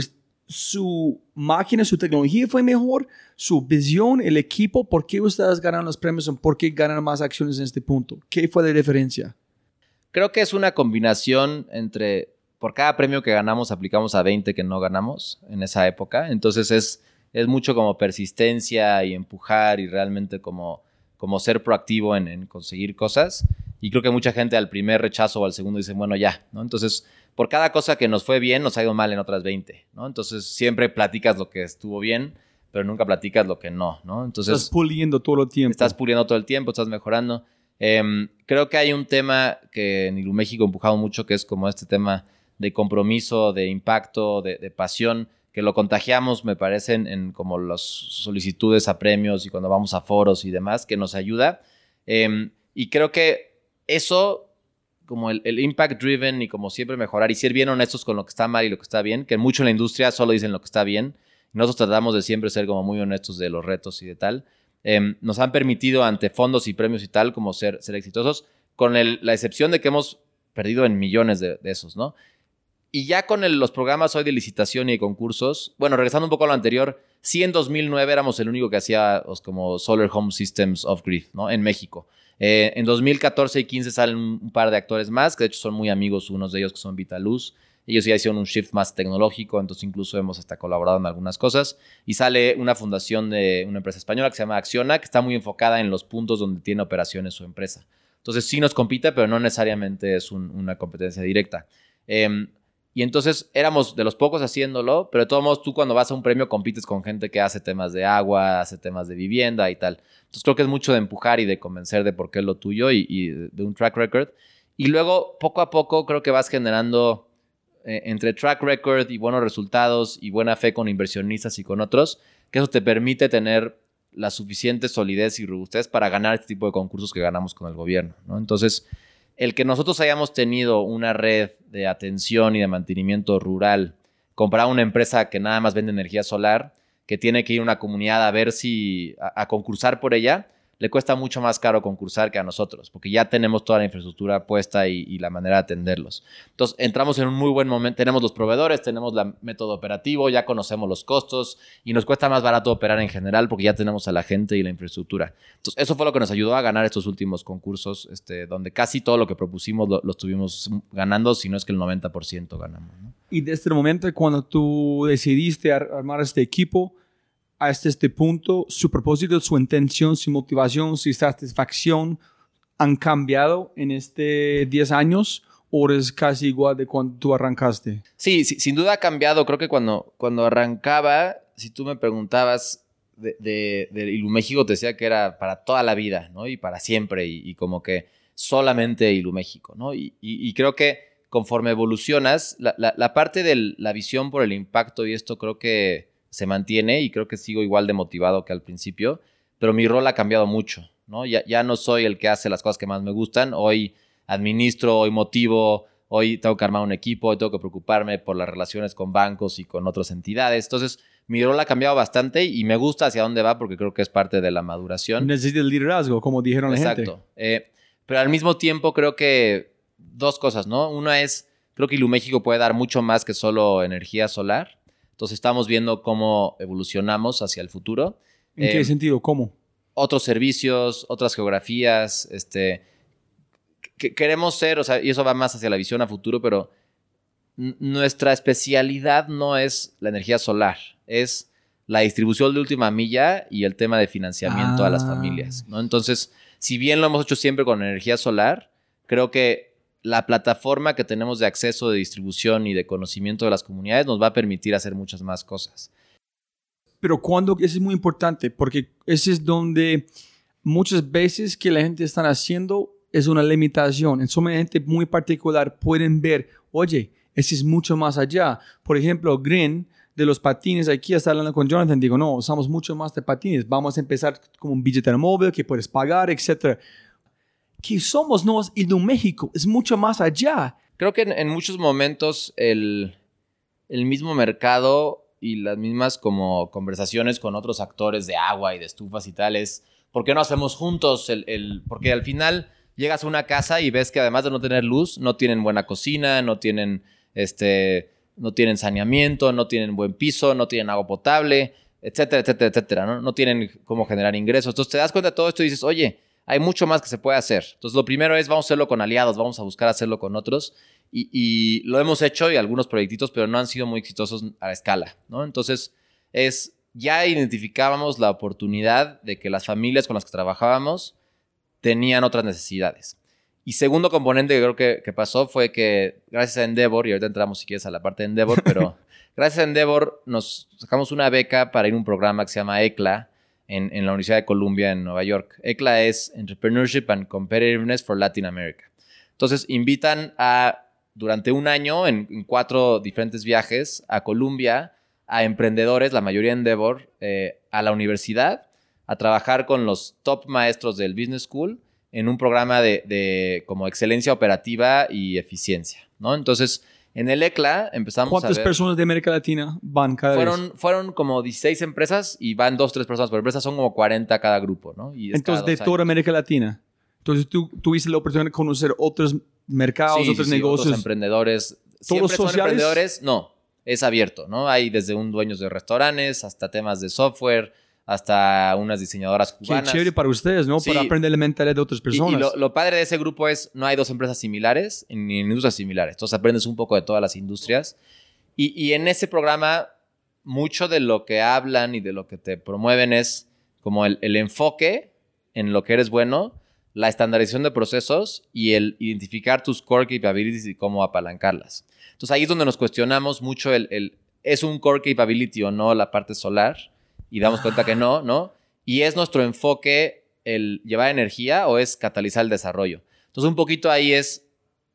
su máquina, su tecnología fue mejor? ¿Su visión, el equipo? ¿Por qué ustedes ganaron los premios? ¿Por qué ganan más acciones en este punto? ¿Qué fue la diferencia? Creo que es una combinación entre... Por cada premio que ganamos aplicamos a veinte que no ganamos en esa época. Entonces es, es mucho como persistencia y empujar y realmente como, como ser proactivo en, en conseguir cosas. Y creo que mucha gente al primer rechazo o al segundo dice, bueno, ya, ¿no? Entonces, por cada cosa que nos fue bien, nos ha ido mal en otras veinte, ¿no? Entonces, siempre platicas lo que estuvo bien, pero nunca platicas lo que no, ¿no? Entonces, estás puliendo todo el tiempo. Estás puliendo todo el tiempo, estás mejorando. Eh, creo que hay un tema que en Iluméxico empujamos mucho, que es como este tema de compromiso, de impacto, de, de pasión, que lo contagiamos, me parece, en, en como las solicitudes a premios y cuando vamos a foros y demás, que nos ayuda. Eh, y creo que eso, como el, el impact driven y como siempre mejorar y ser bien honestos con lo que está mal y lo que está bien, que mucho en la industria solo dicen lo que está bien, y nosotros tratamos de siempre ser como muy honestos de los retos y de tal, eh, nos han permitido ante fondos y premios y tal como ser, ser exitosos, con el, la excepción de que hemos perdido en millones de, de esos, ¿no? Y ya con el, los programas hoy de licitación y de concursos, bueno, regresando un poco a lo anterior, sí en dos mil nueve éramos el único que hacía pues, como Solar Home Systems Off-Grid, ¿no? En México. Eh, en dos mil catorce y quince salen un, un par de actores más, que de hecho son muy amigos, unos de ellos que son Vitaluz. Ellos ya hicieron un shift más tecnológico, entonces incluso hemos hasta colaborado en algunas cosas. Y sale una fundación de una empresa española que se llama Acciona, que está muy enfocada en los puntos donde tiene operaciones su empresa. Entonces sí nos compite, pero no necesariamente es un, una competencia directa. Eh, Y entonces éramos de los pocos haciéndolo, pero de todos modos tú cuando vas a un premio compites con gente que hace temas de agua, hace temas de vivienda y tal. Entonces creo que es mucho de empujar y de convencer de por qué es lo tuyo y, y de un track record. Y luego poco a poco creo que vas generando eh, entre track record y buenos resultados y buena fe con inversionistas y con otros, que eso te permite tener la suficiente solidez y robustez para ganar este tipo de concursos que ganamos con el gobierno, ¿no? Entonces... El que nosotros hayamos tenido una red de atención y de mantenimiento rural, comprar una empresa que nada más vende energía solar, que tiene que ir a una comunidad a ver si, a, a concursar por ella, le cuesta mucho más caro concursar que a nosotros, porque ya tenemos toda la infraestructura puesta y, y la manera de atenderlos. Entonces, entramos en un muy buen momento. Tenemos los proveedores, tenemos el método operativo, ya conocemos los costos y nos cuesta más barato operar en general porque ya tenemos a la gente y la infraestructura. Entonces, eso fue lo que nos ayudó a ganar estos últimos concursos, este, donde casi todo lo que propusimos lo, lo estuvimos ganando, si no es que el noventa por ciento ganamos, ¿no? Y desde el momento cuando tú decidiste ar- armar este equipo, hasta este punto, su propósito, su intención, su motivación, su satisfacción han cambiado en este diez años o es casi igual de cuando tú arrancaste? Sí, sí, sin duda ha cambiado. Creo que cuando, cuando arrancaba, si tú me preguntabas de, de, de Iluméxico, te decía que era para toda la vida, ¿no? Y para siempre y, y como que solamente Iluméxico, ¿no? Y, y, y creo que conforme evolucionas, la, la, la parte de la visión por el impacto y esto creo que se mantiene y creo que sigo igual de motivado que al principio, pero mi rol ha cambiado mucho, ¿no? Ya, ya no soy el que hace las cosas que más me gustan. Hoy administro, hoy motivo, hoy tengo que armar un equipo, hoy tengo que preocuparme por las relaciones con bancos y con otras entidades. Entonces, mi rol ha cambiado bastante y me gusta hacia dónde va porque creo que es parte de la maduración. Necesita el liderazgo, como dijeron la gente. Exacto. Eh, Pero al mismo tiempo creo que dos cosas, ¿no? Una es, creo que Iluméxico puede dar mucho más que solo energía solar. Entonces estamos viendo cómo evolucionamos hacia el futuro. ¿En eh, qué sentido? ¿Cómo? Otros servicios, otras geografías, este... Que queremos ser, o sea, y eso va más hacia la visión a futuro, pero n- nuestra especialidad no es la energía solar, es la distribución de última milla y el tema de financiamiento ah. a las familias, ¿no? Entonces, si bien lo hemos hecho siempre con energía solar, creo que la plataforma que tenemos de acceso, de distribución y de conocimiento de las comunidades nos va a permitir hacer muchas más cosas. Pero cuando, eso es muy importante, porque ese es donde muchas veces que la gente está haciendo es una limitación. En suma gente muy particular pueden ver, oye, ese es mucho más allá. Por ejemplo, Green, de los patines, aquí está hablando con Jonathan, digo, no, usamos mucho más de patines. Vamos a empezar como un billetera móvil que puedes pagar, etcétera. Que somos, no, Iluméxico, es mucho más allá. Creo que en, en muchos momentos el, el mismo mercado y las mismas como conversaciones con otros actores de agua y de estufas y tal es, ¿por qué no hacemos juntos? El, el, porque al final llegas a una casa y ves que además de no tener luz, no tienen buena cocina, no tienen, este, no tienen saneamiento, no tienen buen piso, no tienen agua potable, etcétera, etcétera, etcétera, ¿no? No tienen cómo generar ingresos. Entonces te das cuenta de todo esto y dices, oye, hay mucho más que se puede hacer. Entonces lo primero es, vamos a hacerlo con aliados, vamos a buscar hacerlo con otros. Y, y lo hemos hecho y algunos proyectitos, pero no han sido muy exitosos a escala, ¿no? Entonces es, ya identificábamos la oportunidad de que las familias con las que trabajábamos tenían otras necesidades. Y segundo componente que creo que, que pasó fue que gracias a Endeavor, y ahorita entramos si quieres a la parte de Endeavor, pero gracias a Endeavor nos sacamos una beca para ir a un programa que se llama E C L A en, en la Universidad de Columbia en Nueva York. E C L A es Entrepreneurship and Competitiveness for Latin America. Entonces invitan a, durante un año, en, en cuatro diferentes viajes a Columbia, a emprendedores, la mayoría de Endeavor, eh, a la universidad, a trabajar con los top maestros del Business School en un programa de, de como excelencia operativa y eficiencia, ¿no? Entonces, en el E C L A empezamos a ver... ¿Cuántas personas de América Latina van cada fueron, vez? Fueron como dieciséis empresas y van dos, tres personas por empresa. Son como cuarenta cada grupo, ¿no? Y entonces, de toda América Latina. Entonces, tú tuviste la oportunidad de conocer otros mercados, sí, otros sí, sí, negocios. Otros emprendedores. ¿Todos ¿Siempre son sociales? Emprendedores? No, es abierto, ¿no? Hay desde un dueños de restaurantes hasta temas de software, hasta unas diseñadoras cubanas. Qué chévere para ustedes, ¿no? Sí. Para aprender la mentalidad de otras personas. Y, y lo, lo padre de ese grupo es, no hay dos empresas similares ni industrias similares. Entonces aprendes un poco de todas las industrias. Y, y en ese programa, mucho de lo que hablan y de lo que te promueven es como el, el enfoque en lo que eres bueno, la estandarización de procesos y el identificar tus core capabilities y cómo apalancarlas. Entonces ahí es donde nos cuestionamos mucho el, el ¿es un core capability o no la parte solar? Y damos cuenta que no, ¿no? Y es nuestro enfoque el llevar energía o es catalizar el desarrollo. Entonces, un poquito ahí es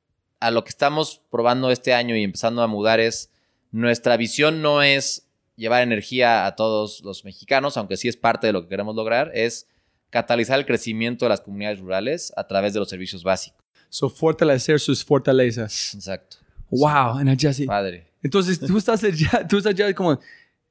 a lo que estamos probando este año y empezando a mudar es nuestra visión no es llevar energía a todos los mexicanos, aunque sí es parte de lo que queremos lograr, es catalizar el crecimiento de las comunidades rurales a través de los servicios básicos. So, fortalecer sus fortalezas. Exacto. Wow, en allá sí. Padre. Entonces, tú estás allá, tú estás allá como...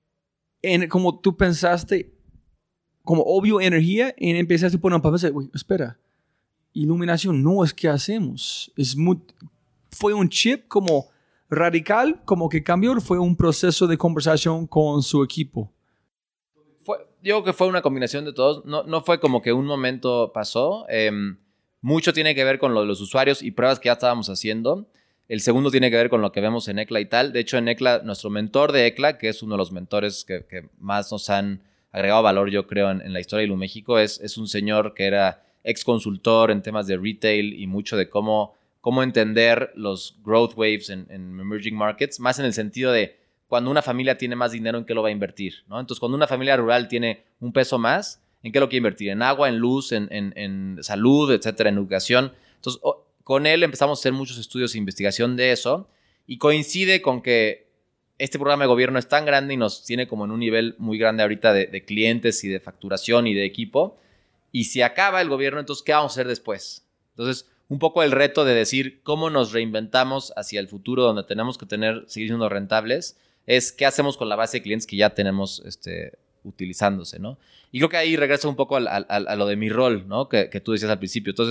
En, como tú pensaste, como obvio energía, y empezaste a poner un papel y decir, espera, iluminación no es que hacemos. Es muy, fue un chip como radical, como que cambió, fue un proceso de conversación con su equipo. Fue, yo creo que fue una combinación de todos. No, no fue como que un momento pasó. Eh, mucho tiene que ver con lo de los usuarios y pruebas que ya estábamos haciendo. El segundo tiene que ver con lo que vemos en E C L A y tal. De hecho, en E C L A, nuestro mentor de E C L A, que es uno de los mentores que, que más nos han agregado valor, yo creo, en, en la historia de Iluméxico, es, es un señor que era ex consultor en temas de retail y mucho de cómo, cómo entender los growth waves en, en emerging markets, más en el sentido de cuando una familia tiene más dinero, ¿en qué lo va a invertir? ¿No? Entonces, cuando una familia rural tiene un peso más, ¿en qué lo quiere invertir? En agua, en luz, en, en, en salud, etcétera, en educación. Entonces, oh, con él empezamos a hacer muchos estudios e investigación de eso y coincide con que este programa de gobierno es tan grande y nos tiene como en un nivel muy grande ahorita de, de clientes y de facturación y de equipo. Y si acaba el gobierno, entonces, ¿qué vamos a hacer después? Entonces, un poco el reto de decir cómo nos reinventamos hacia el futuro donde tenemos que tener, seguir siendo rentables, es qué hacemos con la base de clientes que ya tenemos este, utilizándose, ¿no? Y creo que ahí regreso un poco al, al, a lo de mi rol, ¿no? Que, que tú decías al principio. Entonces,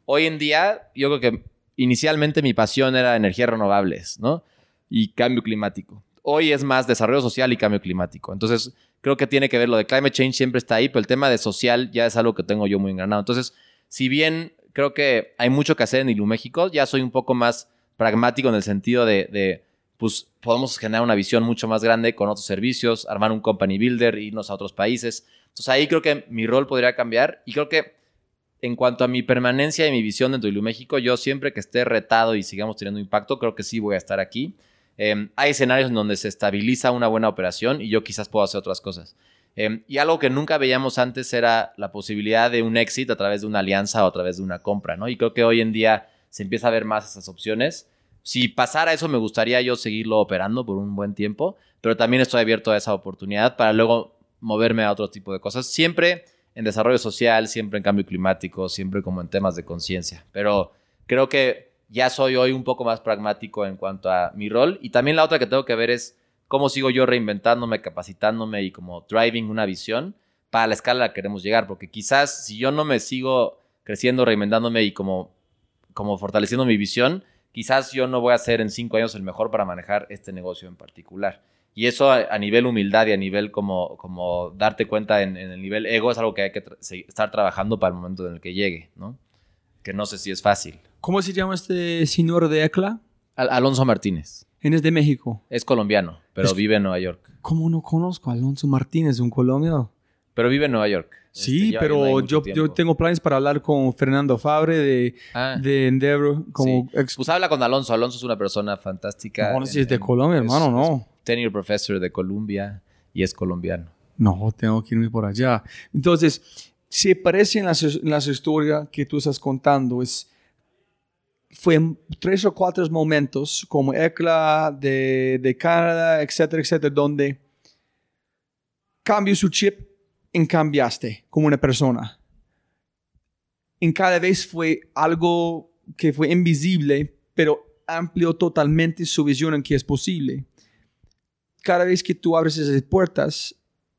hoy en día, yo creo que inicialmente mi pasión era energías renovables, ¿no? Y cambio climático. Hoy es más desarrollo social y cambio climático. Entonces, creo que tiene que ver lo de climate change siempre está ahí, pero el tema de social ya es algo que tengo yo muy engranado. Entonces, si bien creo que hay mucho que hacer en Iluméxico, ya soy un poco más pragmático en el sentido de, de pues, podemos generar una visión mucho más grande con otros servicios, armar un company builder, irnos a otros países. Entonces, ahí creo que mi rol podría cambiar y creo que en cuanto a mi permanencia y mi visión dentro de Iluméxico, yo siempre que esté retado y sigamos teniendo impacto, creo que sí voy a estar aquí. Eh, hay escenarios en donde se estabiliza una buena operación y yo quizás puedo hacer otras cosas. Eh, y algo que nunca veíamos antes era la posibilidad de un exit a través de una alianza o a través de una compra, ¿no? Y creo que hoy en día se empieza a ver más esas opciones. Si pasara eso, me gustaría yo seguirlo operando por un buen tiempo, pero también estoy abierto a esa oportunidad para luego moverme a otro tipo de cosas. Siempre en desarrollo social, siempre en cambio climático, siempre como en temas de conciencia. Pero creo que ya soy hoy un poco más pragmático en cuanto a mi rol. Y también la otra que tengo que ver es cómo sigo yo reinventándome, capacitándome y como driving una visión para la escala a la que queremos llegar. Porque quizás si yo no me sigo creciendo, reinventándome y como, como fortaleciendo mi visión, quizás yo no voy a ser en cinco años el mejor para manejar este negocio en particular. Y eso a, a nivel humildad y a nivel como, como darte cuenta en, en el nivel ego es algo que hay que tra- estar trabajando para el momento en el que llegue, ¿no? Que no sé si es fácil. ¿Cómo se llama este señor de E C L A? Al- Alonso Martínez. Él es de México. Es colombiano, pero Es- vive en Nueva York. ¿Cómo no conozco a Alonso Martínez, un colombiano? Pero vive en Nueva York. Sí, Este, lleva pero viviendo ahí mucho yo, tiempo. yo tengo planes para hablar con Fernando Fabre de, Ah, de Endeavor. Como sí. ex- Pues habla con Alonso. Alonso es una persona fantástica. no, no sé si En- es de en- Colombia, es- hermano, no. es tenure professor de Columbia y es colombiano. No, tengo que irme por allá. Entonces, se parece en las, en las historias que tú estás contando. Es, fue en tres o cuatro momentos, como E C L A de, de Canadá, etcétera, etcétera, donde cambió su chip y cambiaste como una persona. En cada vez fue algo que fue invisible, pero amplió totalmente su visión en qué es posible. Cada vez que tú abres esas puertas,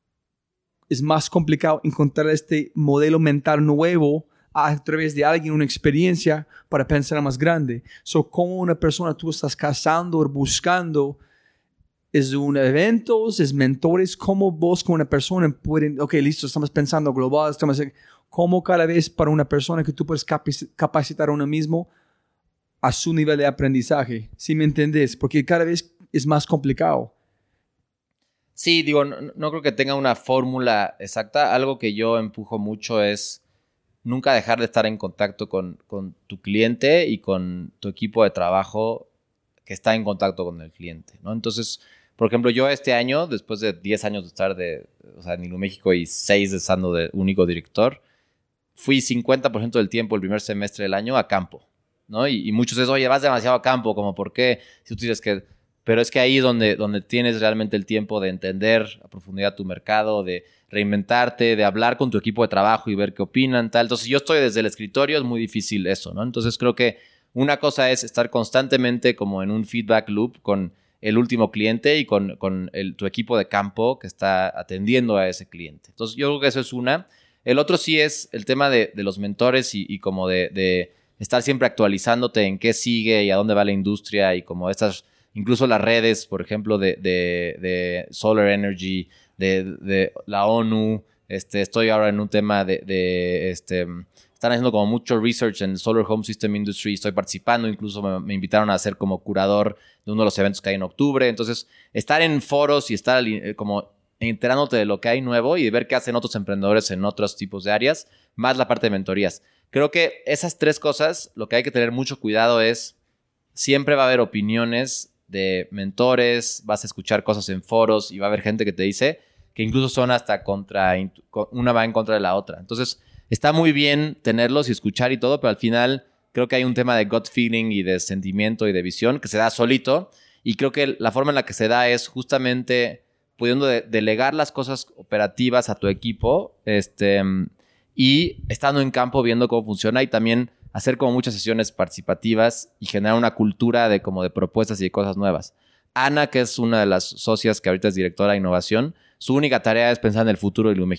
es más complicado encontrar este modelo mental nuevo a través de alguien, una experiencia para pensar más grande. So, como una persona tú estás cazando o buscando, es un evento, es mentores, como vos como una persona pueden, ok, listo, estamos pensando global, estamos, como cada vez para una persona que tú puedes capac- capacitar a uno mismo a su nivel de aprendizaje, ¿sí me entendés? Porque cada vez es más complicado. Sí, digo, no, no creo que tenga una fórmula exacta. Algo que yo empujo mucho es nunca dejar de estar en contacto con, con tu cliente y con tu equipo de trabajo que está en contacto con el cliente, ¿no? Entonces, por ejemplo, yo este año, después de diez años de estar de, o sea, en Iluméxico y seis de estando de único director, fui cincuenta por ciento del tiempo el primer semestre del año a campo, ¿no? Y, y muchos dicen, oye, vas demasiado a campo, como por qué, si tú dices que... Pero es que ahí donde, donde tienes realmente el tiempo de entender a profundidad tu mercado, de reinventarte, de hablar con tu equipo de trabajo y ver qué opinan, tal. Entonces, si yo estoy desde el escritorio, es muy difícil eso, ¿no? Entonces, creo que una cosa es estar constantemente como en un feedback loop con el último cliente y con, con el, tu equipo de campo que está atendiendo a ese cliente. Entonces, yo creo que eso es una. El otro sí es el tema de, de los mentores y, y como de, de estar siempre actualizándote en qué sigue y a dónde va la industria y como estas... Incluso las redes, por ejemplo, de, de, de Solar Energy, de, de la ONU. Este, estoy ahora en un tema de... de este, están haciendo como mucho research en Solar Home System Industry. Estoy participando. Incluso me, me invitaron a ser como curador de uno de los eventos que hay en octubre. Entonces, estar en foros y estar como enterándote de lo que hay nuevo y de ver qué hacen otros emprendedores en otros tipos de áreas, más la parte de mentorías. Creo que esas tres cosas, lo que hay que tener mucho cuidado es siempre va a haber opiniones de mentores, vas a escuchar cosas en foros y va a haber gente que te dice que incluso son hasta contra, una va en contra de la otra. Entonces, está muy bien tenerlos y escuchar y todo, pero al final creo que hay un tema de gut feeling y de sentimiento y de visión que se da solito y creo que la forma en la que se da es justamente pudiendo de- delegar las cosas operativas a tu equipo este, y estando en campo viendo cómo funciona y también hacer como muchas sesiones participativas y generar una cultura de como de propuestas y de cosas nuevas. Ana, que es una de las socias que ahorita es directora de innovación, su única tarea es pensar en el futuro de Iluméxico.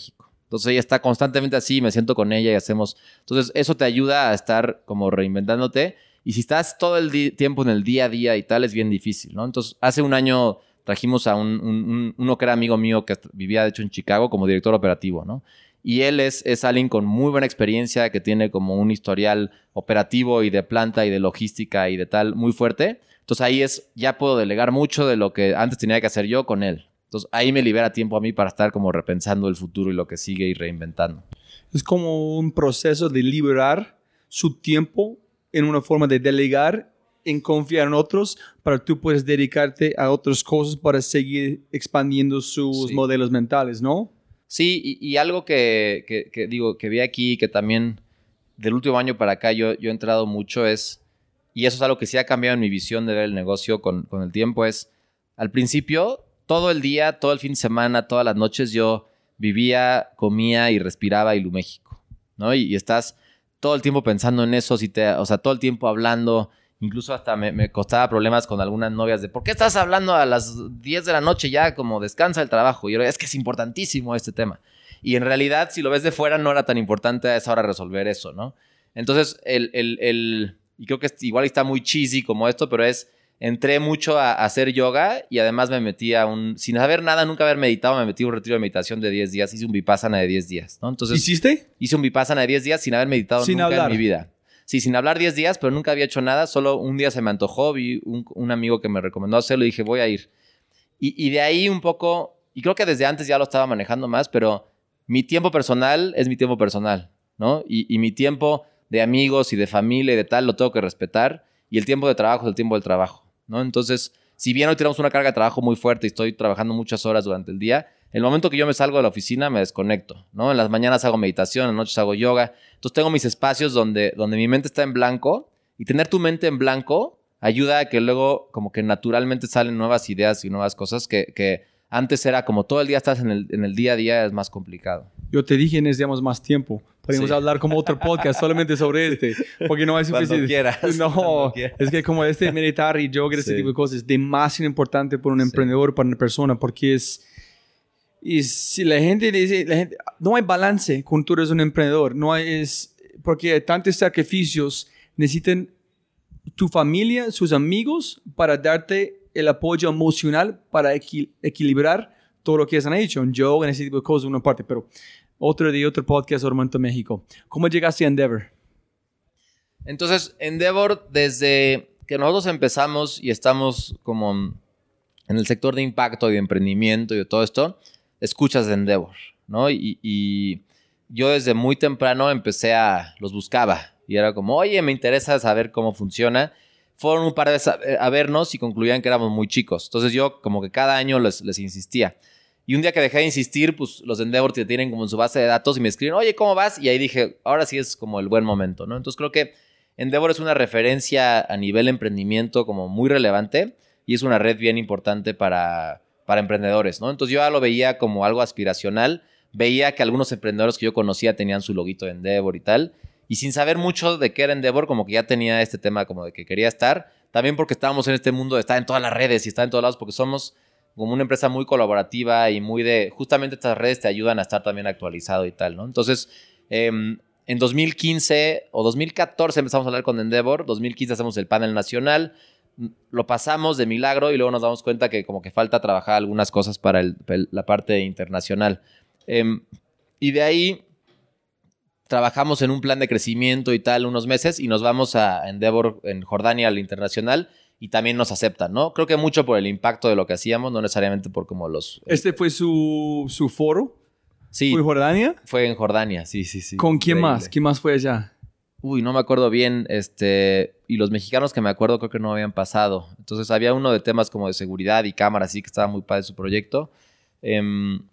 Entonces ella está constantemente así, me siento con ella y hacemos... Entonces eso te ayuda a estar como reinventándote. Y si estás todo el di- tiempo en el día a día y tal, es bien difícil, ¿no? Entonces hace un año trajimos a un, un, un, uno que era amigo mío que vivía de hecho en Chicago como director operativo, ¿no? Y él es, es alguien con muy buena experiencia, que tiene como un historial operativo y de planta y de logística y de tal muy fuerte. Entonces ahí es, ya puedo delegar mucho de lo que antes tenía que hacer yo con él. Entonces ahí me libera tiempo a mí para estar como repensando el futuro y lo que sigue y reinventando. Es como un proceso de liberar su tiempo en una forma de delegar, en confiar en otros, para que tú puedas dedicarte a otras cosas para seguir expandiendo sus Sí. modelos mentales, ¿no? Sí, y, y algo que, que, que digo, que vi aquí, que también del último año para acá yo, yo he entrado mucho es, y eso es algo que sí ha cambiado en mi visión de ver el negocio con, con el tiempo, es, al principio, todo el día, todo el fin de semana, todas las noches, yo vivía, comía y respiraba Iluméxico, ¿no? Y, y estás todo el tiempo pensando en eso, si te, o sea, todo el tiempo hablando, incluso hasta me, me costaba problemas con algunas novias de ¿por qué estás hablando a las diez de la noche ya? Como descansa el trabajo. Y yo, es que es importantísimo este tema. Y en realidad, si lo ves de fuera, no era tan importante a esa hora resolver eso, ¿no? Entonces, el, el, el, y creo que es, igual está muy cheesy como esto, pero es, entré mucho a, a hacer yoga y además me metí a un, sin saber nada, nunca haber meditado, me metí a un retiro de meditación de diez días, hice un vipassana de diez días, ¿no? Entonces, ¿hiciste? hice un vipassana de diez días sin haber meditado Sin nunca hablar. en mi vida. Sí, sin hablar diez días, pero nunca había hecho nada. Solo un día se me antojó, vi un, un amigo que me recomendó hacerlo y dije, voy a ir. Y, y de ahí un poco, y creo que desde antes ya lo estaba manejando más, pero mi tiempo personal es mi tiempo personal, ¿no? Y, y mi tiempo de amigos y de familia y de tal lo tengo que respetar. Y el tiempo de trabajo es el tiempo del trabajo, ¿no? Entonces, si bien hoy tenemos una carga de trabajo muy fuerte y estoy trabajando muchas horas durante el día, el momento que yo me salgo de la oficina me desconecto, ¿no? En las mañanas hago meditación, en las noches hago yoga. Entonces tengo mis espacios donde, donde mi mente está en blanco y tener tu mente en blanco ayuda a que luego como que naturalmente salen nuevas ideas y nuevas cosas que, que antes era como todo el día estás en el, en el día a día, es más complicado. Yo te dije necesitamos más tiempo. Podemos Sí. hablar como otro podcast solamente sobre este, porque no hay Cuando suficiente. quieras, No, cuando quieras. es que como este meditar y yoga, este Sí. tipo de cosas, es demasiado importante para un Sí. emprendedor, para una persona, porque es... Y si la gente dice, la gente, no hay balance cuando tú eres un emprendedor, no hay, es, porque hay tantos sacrificios, necesitan tu familia, sus amigos, para darte el apoyo emocional para equi- equilibrar todo lo que han hecho, en yoga, en ese tipo de cosas, una parte, pero otro de otro podcast, Ormento México. ¿Cómo llegaste a Endeavor? Entonces, Endeavor, desde que nosotros empezamos y estamos como en el sector de impacto y de emprendimiento y de todo esto, escuchas de Endeavor, ¿no? Y, y yo desde muy temprano empecé a... los buscaba y era como, oye, me interesa saber cómo funciona. Fueron un par de veces a, a vernos y concluían que éramos muy chicos. Entonces yo como que cada año les, les insistía. Y un día que dejé de insistir, pues los de Endeavor te tienen como en su base de datos y me escriben, oye, ¿cómo vas? Y ahí dije, ahora sí es como el buen momento, ¿no? Entonces creo que Endeavor es una referencia a nivel emprendimiento como muy relevante y es una red bien importante para, para emprendedores, ¿no? Entonces yo ya lo veía como algo aspiracional. Veía que algunos emprendedores que yo conocía tenían su loguito de Endeavor y tal. Y sin saber mucho de qué era Endeavor, como que ya tenía este tema como de que quería estar. También porque estábamos en este mundo de estar en todas las redes y estar en todos lados, porque somos como una empresa muy colaborativa y muy de... Justamente estas redes te ayudan a estar también actualizado y tal, ¿no? Entonces, eh, en dos mil quince o dos mil catorce empezamos a hablar con Endeavor. dos mil quince hacemos el panel nacional. Lo pasamos de milagro y luego nos damos cuenta que como que falta trabajar algunas cosas para el, la parte internacional. Eh, y de ahí trabajamos en un plan de crecimiento y tal unos meses y nos vamos a Endeavor en Jordania al internacional y también nos aceptan, ¿no? Creo que mucho por el impacto de lo que hacíamos, no necesariamente por como los... ¿Este fue su, su foro? Sí, ¿Fue en Jordania? fue en Jordania, sí, sí, sí. ¿Con quién Increíble. más? ¿Quién más fue allá? Uy, no me acuerdo bien, este... Y los mexicanos que me acuerdo creo que no habían pasado. Entonces había uno de temas como de seguridad y cámaras, sí, que estaba muy padre su proyecto. Eh,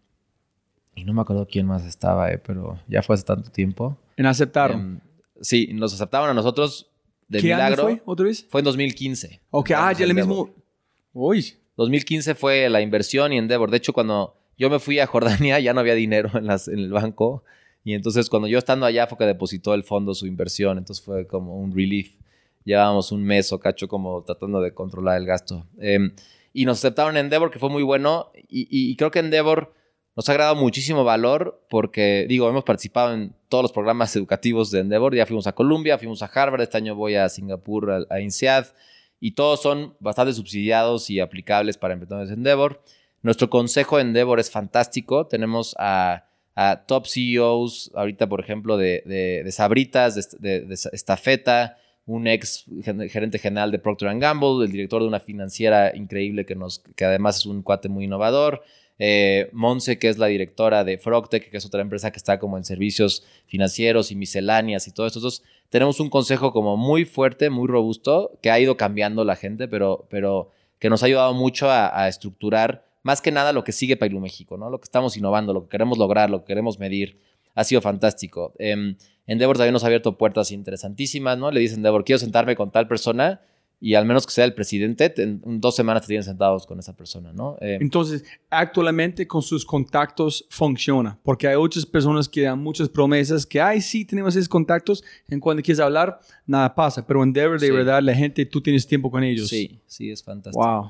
y no me acuerdo quién más estaba, eh, pero ya fue hace tanto tiempo. ¿En aceptaron? Eh, sí, nos aceptaron a nosotros de ¿Qué milagro. año fue? ¿Otra vez? Fue en dos mil quince. Ok, ah, ya el Endeavor. mismo... Uy, dos mil quince fue la inversión y Endeavor. De hecho, cuando yo me fui a Jordania ya no había dinero en, las, en el banco. Y entonces cuando yo estando allá fue que depositó el fondo su inversión. Entonces fue como un relief. Llevábamos un mes o cacho como tratando de controlar el gasto. Eh, y nos aceptaron en Endeavor, que fue muy bueno. Y, y, y creo que Endeavor nos ha agregado muchísimo valor porque, digo, hemos participado en todos los programas educativos de Endeavor. Ya fuimos a Columbia, fuimos a Harvard, este año voy a Singapur, a, a INSEAD, y todos son bastante subsidiados y aplicables para emprendedores de Endeavor. Nuestro consejo de Endeavor es fantástico. Tenemos a, a top C E Os, ahorita, por ejemplo, de, de, de Sabritas, de, de, de Estafeta, un ex gerente general de Procter and Gamble, el director de una financiera increíble que, nos, que además es un cuate muy innovador. Eh, Monse, que es la directora de Frogtech, que es otra empresa que está como en servicios financieros y misceláneas y todo esto. Entonces, tenemos un consejo como muy fuerte, muy robusto, que ha ido cambiando la gente, pero, pero que nos ha ayudado mucho a, a estructurar más que nada lo que sigue para Iluméxico, ¿no? Lo que estamos innovando, lo que queremos lograr, lo que queremos medir. Ha sido fantástico. Eh, Endeavor también nos ha abierto puertas interesantísimas, ¿no? Le dice Endeavor, quiero sentarme con tal persona, y al menos que sea el presidente, en dos semanas te tienen sentados con esa persona, ¿no? Eh, Entonces, actualmente con sus contactos funciona, porque hay otras personas que dan muchas promesas que, ay, sí, tenemos esos contactos, en cuando quieres hablar, nada pasa, pero Endeavor, de Sí. verdad, la gente, tú tienes tiempo con ellos. sí, sí, es fantástico. Wow.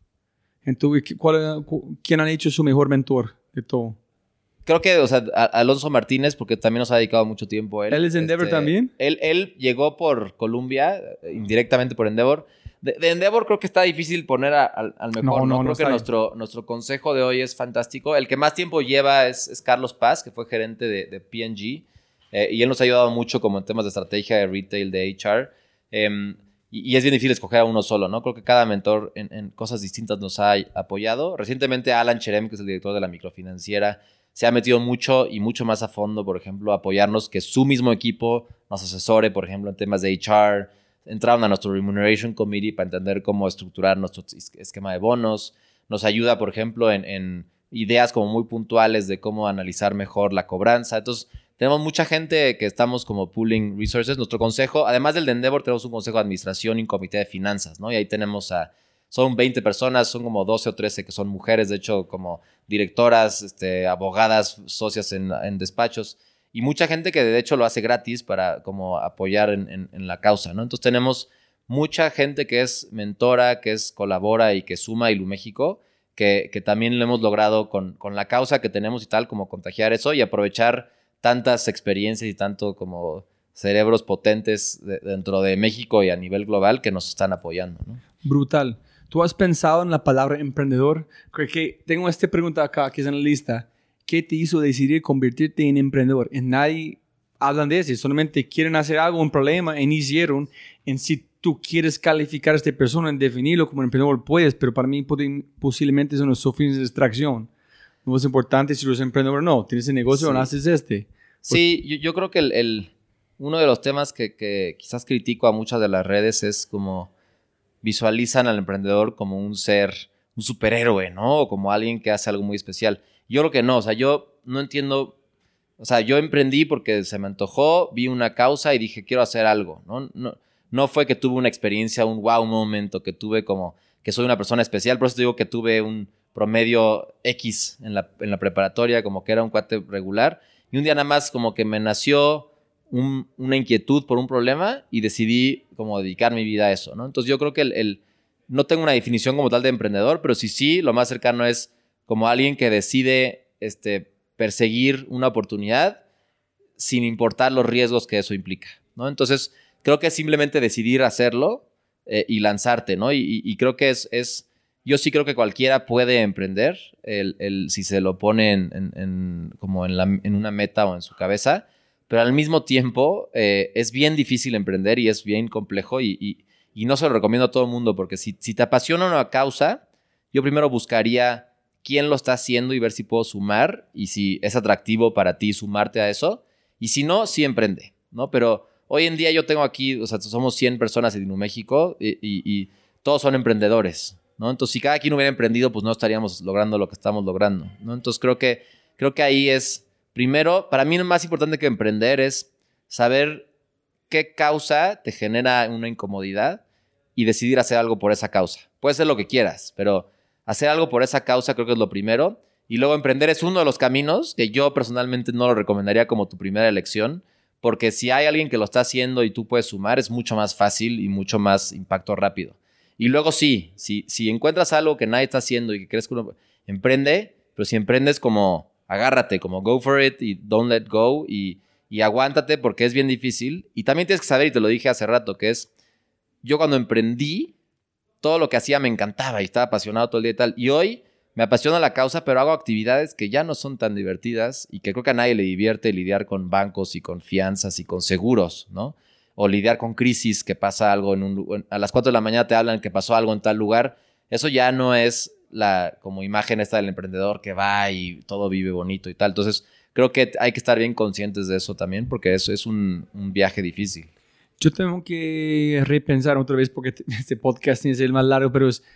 Entonces, ¿cuál, cu- ¿quién han hecho su mejor mentor de todo? Creo que, o sea, a- Alonso Martínez, porque también nos ha dedicado mucho tiempo a él. ¿Él es de Endeavor también? Él, él llegó por Columbia, eh, indirectamente por Endeavor. De, de Endeavor creo que está difícil poner a- al, al mejor, No, ¿no? no, Creo no que está nuestro, nuestro consejo de hoy es fantástico. El que más tiempo lleva es, es Carlos Paz, que fue gerente de, de P and G. Eh, y él nos ha ayudado mucho como en temas de estrategia, de retail, de H R. Eh, y, y es bien difícil escoger a uno solo, ¿no? Creo que cada mentor en, en cosas distintas nos ha apoyado. Recientemente Alan Cherem, que es el director de la microfinanciera, se ha metido mucho y mucho más a fondo, por ejemplo, a apoyarnos, que su mismo equipo nos asesore, por ejemplo, en temas de H R. Entraron a nuestro Remuneration Committee para entender cómo estructurar nuestro esquema de bonos. Nos ayuda, por ejemplo, en, en ideas como muy puntuales de cómo analizar mejor la cobranza. Entonces, tenemos mucha gente que estamos como pooling resources. Nuestro consejo, además del de Endeavor, tenemos un consejo de administración y un comité de finanzas, ¿no? Y ahí tenemos a... Son veinte personas, son como doce o trece que son mujeres, de hecho, como directoras, este, abogadas, socias en, en despachos. Y mucha gente que de hecho lo hace gratis para como apoyar en, en, en la causa, ¿no? Entonces tenemos mucha gente que es mentora, que es colabora y que suma a Iluméxico, que, que también lo hemos logrado con, con la causa que tenemos y tal, como contagiar eso y aprovechar tantas experiencias y tanto como cerebros potentes de, dentro de México y a nivel global que nos están apoyando, ¿no? Brutal. ¿Tú has pensado en la palabra emprendedor? Creo que tengo esta pregunta acá que es en la lista. ¿Qué te hizo decidir convertirte en emprendedor? En nadie hablan de eso. Solamente quieren hacer algo, un problema, y hicieron. En si tú quieres calificar a esta persona, en definirlo como emprendedor, puedes. Pero para mí puede- posiblemente son los fines de distracción. No es importante si eres emprendedor o no. Tienes el negocio o Sí. no haces este. Sí, yo, yo creo que el, el- uno de los temas que, que quizás critico a muchas de las redes es como visualizan al emprendedor como un ser, un superhéroe, ¿no? O como alguien que hace algo muy especial. Yo creo que no, o sea, yo no entiendo, o sea, yo emprendí porque se me antojó, vi una causa y dije, quiero hacer algo, ¿no? No, no fue que tuve una experiencia, un wow momento, que tuve como, que soy una persona especial, por eso te digo que tuve un promedio X en la, en la preparatoria, como que era un cuate regular, y un día nada más como que me nació un, una inquietud por un problema y decidí como dedicar mi vida a eso, ¿no? Entonces yo creo que el, el, no tengo una definición como tal de emprendedor, pero sí, sí, lo más cercano es como alguien que decide este, perseguir una oportunidad sin importar los riesgos que eso implica, ¿no? Entonces creo que es simplemente decidir hacerlo eh, y lanzarte, ¿no? Y, y, y creo que es, es, yo sí creo que cualquiera puede emprender el, el, si se lo pone en, en, en, como en, la, en una meta o en su cabeza, pero al mismo tiempo eh, es bien difícil emprender y es bien complejo y, y, y no se lo recomiendo a todo el mundo porque si, si te apasiona una causa, yo primero buscaría quién lo está haciendo y ver si puedo sumar y si es atractivo para ti sumarte a eso y si no, sí emprende, ¿no? Pero hoy en día yo tengo aquí, o sea, somos cien personas en Iluméxico y, y, y todos son emprendedores, ¿no? Entonces si cada quien hubiera emprendido, pues no estaríamos logrando lo que estamos logrando, ¿no? Entonces creo que, creo que ahí es... Primero, para mí lo más importante que emprender es saber qué causa te genera una incomodidad y decidir hacer algo por esa causa. Puede ser lo que quieras, pero hacer algo por esa causa creo que es lo primero. Y luego emprender es uno de los caminos que yo personalmente no lo recomendaría como tu primera elección, porque si hay alguien que lo está haciendo y tú puedes sumar, es mucho más fácil y mucho más impacto rápido. Y luego sí, si, si encuentras algo que nadie está haciendo y que crees que uno emprende, pero si emprendes como... agárrate, como go for it y don't let go y, y aguántate porque es bien difícil. Y también tienes que saber, y te lo dije hace rato, que es, yo cuando emprendí, todo lo que hacía me encantaba y estaba apasionado todo el día y tal. Y hoy me apasiona la causa, pero hago actividades que ya no son tan divertidas y que creo que a nadie le divierte lidiar con bancos y con fianzas y con seguros, ¿no? O lidiar con crisis, que pasa algo en un... A las cuatro de la mañana te hablan que pasó algo en tal lugar. Eso ya no es la como imagen esta del emprendedor que va y todo vive bonito y tal. Entonces, creo que hay que estar bien conscientes de eso también porque eso es un, un viaje difícil. Yo tengo que repensar otra vez porque este podcast tiene que ser el más largo, pero es,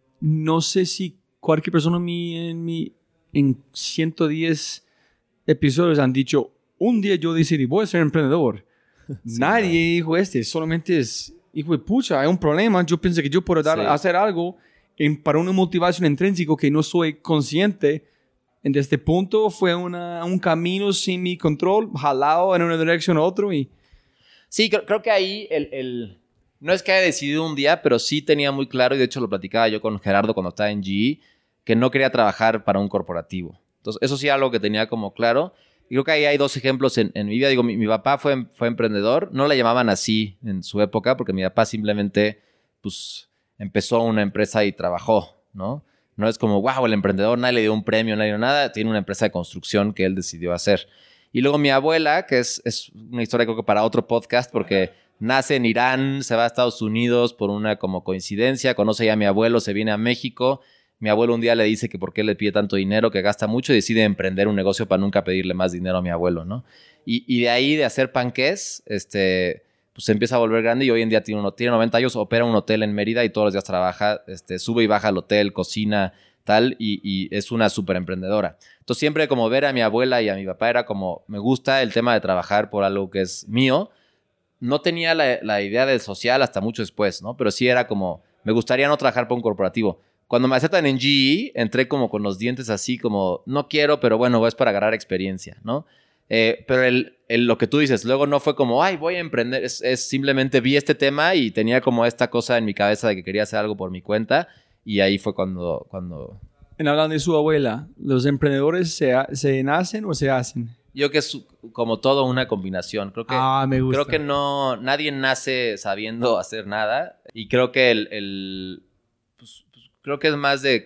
no sé si cualquier persona en, mi, en, mi, en ciento diez episodios han dicho, un día yo decidí, voy a ser emprendedor. Sí, nadie no. dijo este, solamente es, hijo de pucha, hay un problema, yo pensé que yo puedo dar, sí. hacer algo en, para una motivación intrínseca que no soy consciente. En este punto fue una, un camino sin mi control, jalado en una dirección u otra y... Sí, creo, creo que ahí el, el... no es que haya decidido un día, pero sí tenía muy claro, y de hecho lo platicaba yo con Gerardo cuando estaba en G E, que no quería trabajar para un corporativo. Entonces, eso sí era algo que tenía como claro. Y creo que ahí hay dos ejemplos en, en mi vida. Digo, mi, mi papá fue, fue emprendedor. No le llamaban así en su época, porque mi papá simplemente, pues, empezó una empresa y trabajó, ¿no? No es como, wow, el emprendedor, nadie le dio un premio, nadie dio nada. Tiene una empresa de construcción que él decidió hacer. Y luego mi abuela, que es, es una historia creo que para otro podcast, porque nace en Irán, se va a Estados Unidos por una como coincidencia, conoce ya a mi abuelo, se viene a México. Mi abuelo un día le dice que por qué le pide tanto dinero, que gasta mucho, y decide emprender un negocio para nunca pedirle más dinero a mi abuelo, ¿no? Y, y de ahí, de hacer panqués, este, pues se empieza a volver grande y hoy en día tiene, uno, tiene noventa años, opera un hotel en Mérida y todos los días trabaja, este, sube y baja al hotel, cocina, tal, y, y es una súper emprendedora. Entonces siempre como ver a mi abuela y a mi papá era como, me gusta el tema de trabajar por algo que es mío. No tenía la, la idea del social hasta mucho después, ¿no? Pero sí era como, me gustaría no trabajar por un corporativo. Cuando me aceptan en G E, entré como con los dientes así como, no quiero, pero bueno, es para agarrar experiencia, ¿no? Eh, pero el, el, lo que tú dices, luego no fue como, ay, voy a emprender. Es, es simplemente vi este tema y tenía como esta cosa en mi cabeza de que quería hacer algo por mi cuenta. Y ahí fue cuando... cuando... En hablando de su abuela, ¿los emprendedores se, se nacen o se hacen? Yo creo que es como todo una combinación. Creo que, ah, me gusta. Creo que no... Nadie nace sabiendo hacer nada. Y creo que el... el pues, pues, creo que es más de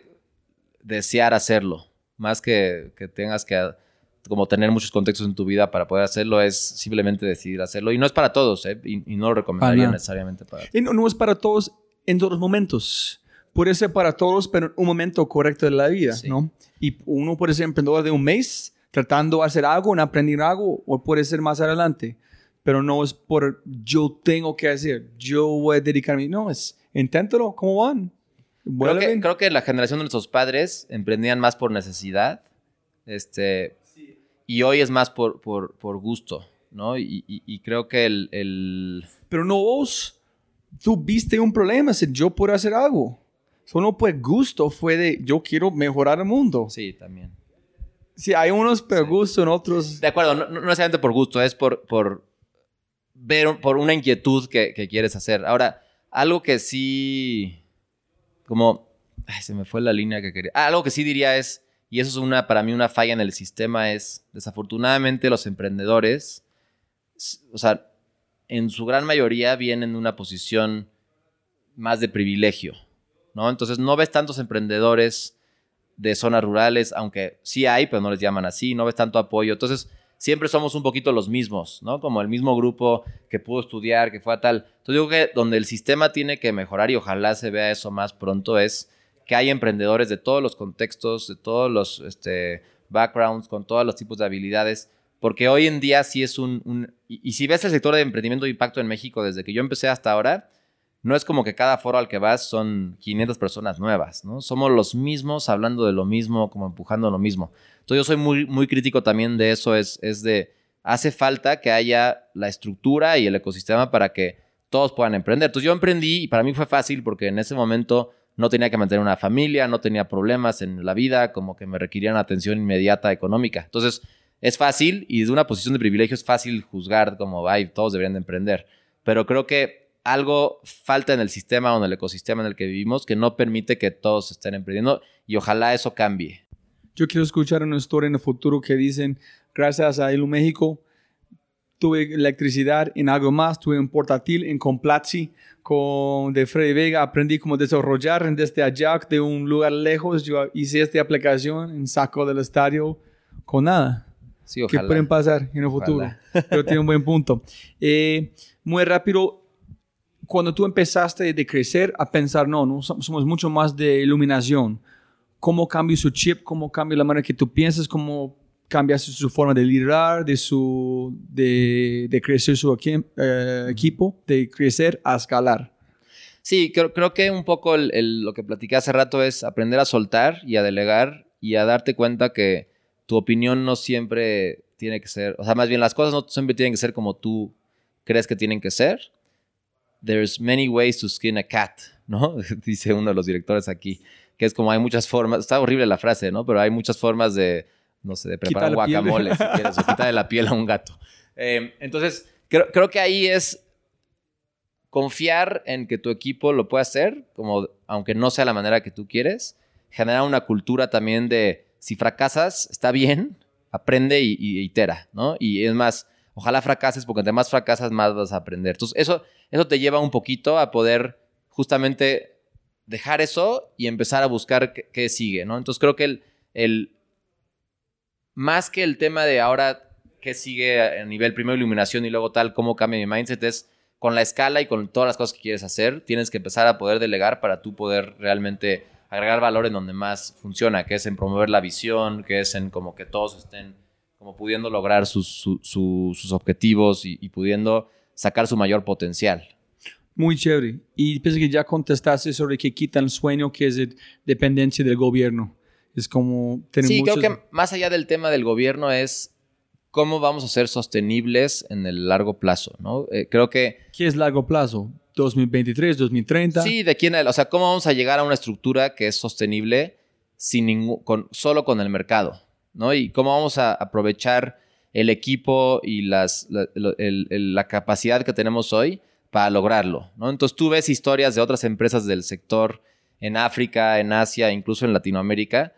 desear hacerlo. Más que, que tengas que... como tener muchos contextos en tu vida para poder hacerlo, es simplemente decidir hacerlo. Y no es para todos, ¿eh? Y, y no lo recomendaría ah, no. necesariamente para todos. Y no, no es para todos en todos los momentos. Puede ser para todos, pero en un momento correcto de la vida, sí. ¿no? Y uno puede ser emprendedor de un mes, tratando de hacer algo, en aprender algo, o puede ser más adelante. Pero no es por yo tengo que hacer, yo voy a dedicarme. No, es inténtalo, ¿cómo van? Creo que, creo que la generación de nuestros padres emprendían más por necesidad, este, sí. Y hoy es más por, por, por gusto, ¿no? Y, y, y creo que el, el... Pero no vos, tú viste un problema, si yo puedo hacer algo. Eso no fue gusto, fue de yo quiero mejorar el mundo. Sí, también. Sí, hay unos por sí. gusto, en otros... De acuerdo, no, no necesariamente por gusto, es por, por ver, por una inquietud que, que quieres hacer. Ahora, algo que sí... Como... Ay, se me fue la línea que quería... Ah, algo que sí diría es, y eso es una para mí una falla en el sistema, es desafortunadamente los emprendedores, o sea, en su gran mayoría vienen de una posición más de privilegio, ¿no? Entonces no ves tantos emprendedores de zonas rurales, aunque sí hay, pero no les llaman así, no ves tanto apoyo. Entonces siempre somos un poquito los mismos, ¿no? Como el mismo grupo que pudo estudiar, que fue a tal. Entonces digo que donde el sistema tiene que mejorar y ojalá se vea eso más pronto es que hay emprendedores de todos los contextos, de todos los este, backgrounds, con todos los tipos de habilidades, porque hoy en día sí es un... un y, y si ves el sector de emprendimiento de impacto en México desde que yo empecé hasta ahora, no es como que cada foro al que vas son quinientas personas nuevas, ¿no? Somos los mismos hablando de lo mismo, como empujando lo mismo. Entonces yo soy muy, muy crítico también de eso, es, es de... Hace falta que haya la estructura y el ecosistema para que todos puedan emprender. Entonces yo emprendí y para mí fue fácil porque en ese momento no tenía que mantener una familia, no tenía problemas en la vida, como que me requerían atención inmediata económica. Entonces es fácil y de una posición de privilegio es fácil juzgar como, ay, todos deberían de emprender. Pero creo que algo falta en el sistema o en el ecosistema en el que vivimos que no permite que todos estén emprendiendo y ojalá eso cambie. Yo quiero escuchar una historia en el futuro que dicen, gracias a Ilu México, tuve electricidad en algo más, tuve un portátil en Complatzi con de Freddy Vega, aprendí cómo desarrollar desde allá, de un lugar lejos, yo hice esta aplicación en saco del estadio con nada. Sí, ojalá. Que pueden pasar en el futuro. Pero tiene un buen punto. Eh, muy rápido, cuando tú empezaste de crecer a pensar, no, no somos mucho más de iluminación, ¿cómo cambia su chip? ¿Cómo cambia la manera que tú piensas? ¿Cómo cambia su, su forma de liderar, de, su, de, de crecer su equi- eh, equipo, de crecer a escalar? Sí, creo, creo que un poco el, el, lo que platiqué hace rato es aprender a soltar y a delegar y a darte cuenta que tu opinión no siempre tiene que ser, o sea, más bien las cosas no siempre tienen que ser como tú crees que tienen que ser. There's many ways to skin a cat, ¿no? Dice uno de los directores aquí, que es como hay muchas formas, está horrible la frase, ¿no? Pero hay muchas formas de, no sé, de preparar un guacamole, si quieres, o quitarle la piel a un gato. Eh, entonces, creo, creo que ahí es confiar en que tu equipo lo pueda hacer, como aunque no sea la manera que tú quieres, generar una cultura también de si fracasas, está bien, aprende y, y itera, ¿no? Y es más, ojalá fracases, porque entre más fracasas, más vas a aprender. Entonces, eso, eso te lleva un poquito a poder justamente dejar eso y empezar a buscar qué, qué sigue, ¿no? Entonces, creo que el, el más que el tema de ahora qué sigue a nivel primero iluminación y luego tal, cómo cambia mi mindset, es con la escala y con todas las cosas que quieres hacer, tienes que empezar a poder delegar para tú poder realmente agregar valor en donde más funciona, que es en promover la visión, que es en como que todos estén como pudiendo lograr sus, su, su, sus objetivos y, y pudiendo sacar su mayor potencial. Muy chévere. Y pienso que ya contestaste sobre que quitan el sueño, que es de dependencia del gobierno. Es como tener Sí, muchos... creo que más allá del tema del gobierno es cómo vamos a ser sostenibles en el largo plazo, ¿no? Eh, creo que... ¿Qué es largo plazo? ¿dos mil veintitrés, dos mil treinta? Sí, de aquí en el, o sea, cómo vamos a llegar a una estructura que es sostenible sin ningún, con, solo con el mercado, ¿no? Y cómo vamos a aprovechar el equipo y las, la, el, el, la capacidad que tenemos hoy para lograrlo, ¿no? Entonces tú ves historias de otras empresas del sector en África, en Asia, incluso en Latinoamérica,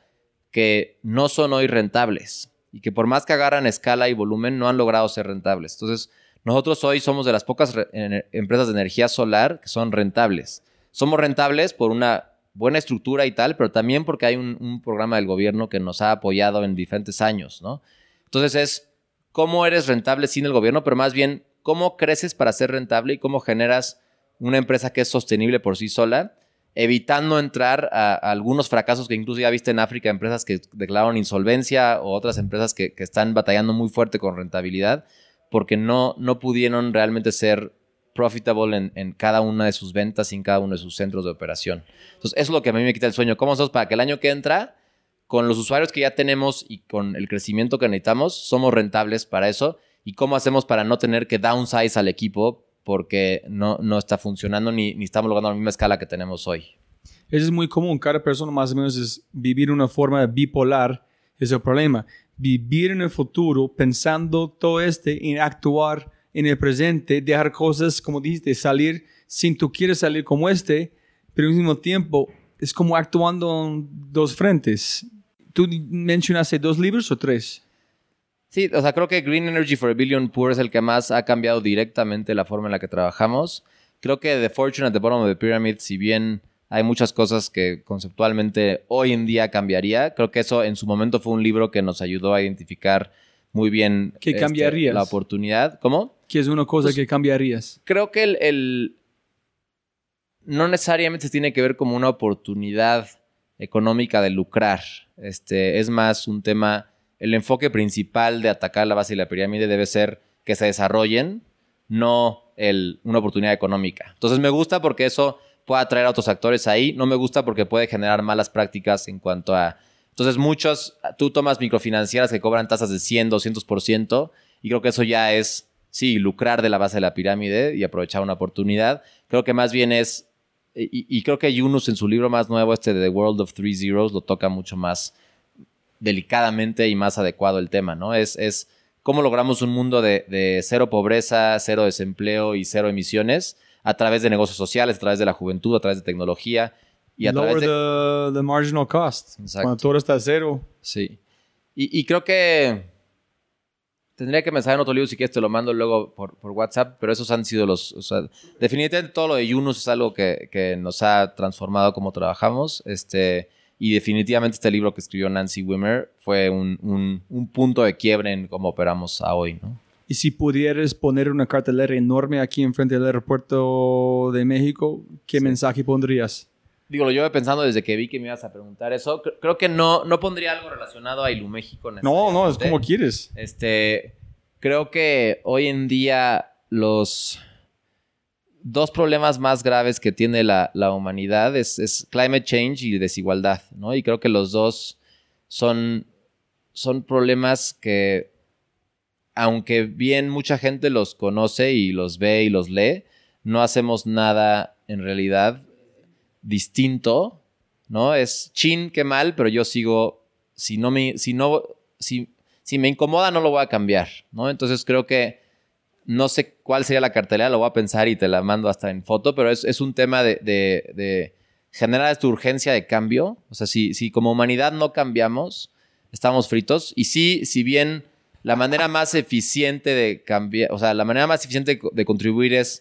que no son hoy rentables y que por más que agarran escala y volumen no han logrado ser rentables. Entonces nosotros hoy somos de las pocas re- en, empresas de energía solar que son rentables. Somos rentables por una buena estructura y tal, pero también porque hay un, un programa del gobierno que nos ha apoyado en diferentes años, ¿no? Entonces es cómo eres rentable sin el gobierno, pero más bien cómo creces para ser rentable y cómo generas una empresa que es sostenible por sí sola, evitando entrar a, a algunos fracasos que incluso ya viste en África, empresas que declararon insolvencia o otras empresas que, que están batallando muy fuerte con rentabilidad porque no, no pudieron realmente ser profitable en, en cada una de sus ventas y en cada uno de sus centros de operación. Entonces, eso es lo que a mí me quita el sueño. ¿Cómo hacemos para que el año que entra, con los usuarios que ya tenemos y con el crecimiento que necesitamos, somos rentables para eso? ¿Y cómo hacemos para no tener que downsize al equipo porque no, no está funcionando ni, ni estamos logrando la misma escala que tenemos hoy? Eso es muy común. Cada persona más o menos es vivir una forma bipolar. Es el problema. Vivir en el futuro pensando todo este y actuar en el presente, dejar cosas, como dijiste, salir sin tú quieres salir como este, pero al mismo tiempo es como actuando en dos frentes. ¿Tú mencionaste dos libros o tres? Sí, o sea, creo que Green Energy for a Billion Poor es el que más ha cambiado directamente la forma en la que trabajamos. Creo que The Fortune at the Bottom of the Pyramid, si bien hay muchas cosas que conceptualmente hoy en día cambiaría, creo que eso en su momento fue un libro que nos ayudó a identificar muy bien ¿Qué este, cambiarías? la oportunidad. ¿Cómo? ¿Qué es una cosa Pues, que cambiarías? Creo que el, el no necesariamente se tiene que ver como una oportunidad económica de lucrar. Este, es más un tema, el enfoque principal de atacar la base de la pirámide debe ser que se desarrollen, no el, una oportunidad económica. Entonces me gusta porque eso puede atraer a otros actores ahí. No me gusta porque puede generar malas prácticas en cuanto a... Entonces muchos, tú tomas microfinancieras que cobran tasas de cien, doscientos por ciento y creo que eso ya es, sí, lucrar de la base de la pirámide y aprovechar una oportunidad. Creo que más bien es... Y, y creo que Yunus en su libro más nuevo, este de The World of Three Zeros, lo toca mucho más delicadamente y más adecuado el tema, ¿no? Es, es cómo logramos un mundo de, de cero pobreza, cero desempleo y cero emisiones a través de negocios sociales, a través de la juventud, a través de tecnología. Y a Lower través de... the, the marginal cost. Exacto. Cuando todo está a cero. Sí. Y, y creo que tendría que pensar en otro libro, si quieres te lo mando luego por, por WhatsApp, pero esos han sido los... O sea, definitivamente todo lo de Yunus es algo que, que nos ha transformado como trabajamos. Este, y definitivamente este libro que escribió Nancy Wimmer fue un, un, un punto de quiebre en cómo operamos a hoy, ¿no? Y si pudieras poner una cartelera enorme aquí enfrente del aeropuerto de México, ¿qué Sí. mensaje pondrías? Digo, lo llevo pensando desde que vi que me ibas a preguntar eso. Creo, creo que no, no pondría algo relacionado a Iluméxico. No, no, es como quieres. Este, creo que hoy en día los dos problemas más graves que tiene la, la humanidad es, es climate change y desigualdad, ¿no? Y creo que los dos son, son problemas que, aunque bien mucha gente los conoce y los ve y los lee, no hacemos nada en realidad distinto, ¿no? Es chin, qué mal, pero yo sigo, si no me, si no, si, si me incomoda no lo voy a cambiar, ¿no? Entonces creo que no sé cuál sería la cartelera, lo voy a pensar y te la mando hasta en foto, pero es, es un tema de, de, de generar esta urgencia de cambio. O sea, si, si como humanidad no cambiamos, estamos fritos. Y sí, si bien la manera más eficiente de cambiar, o sea, la manera más eficiente de contribuir es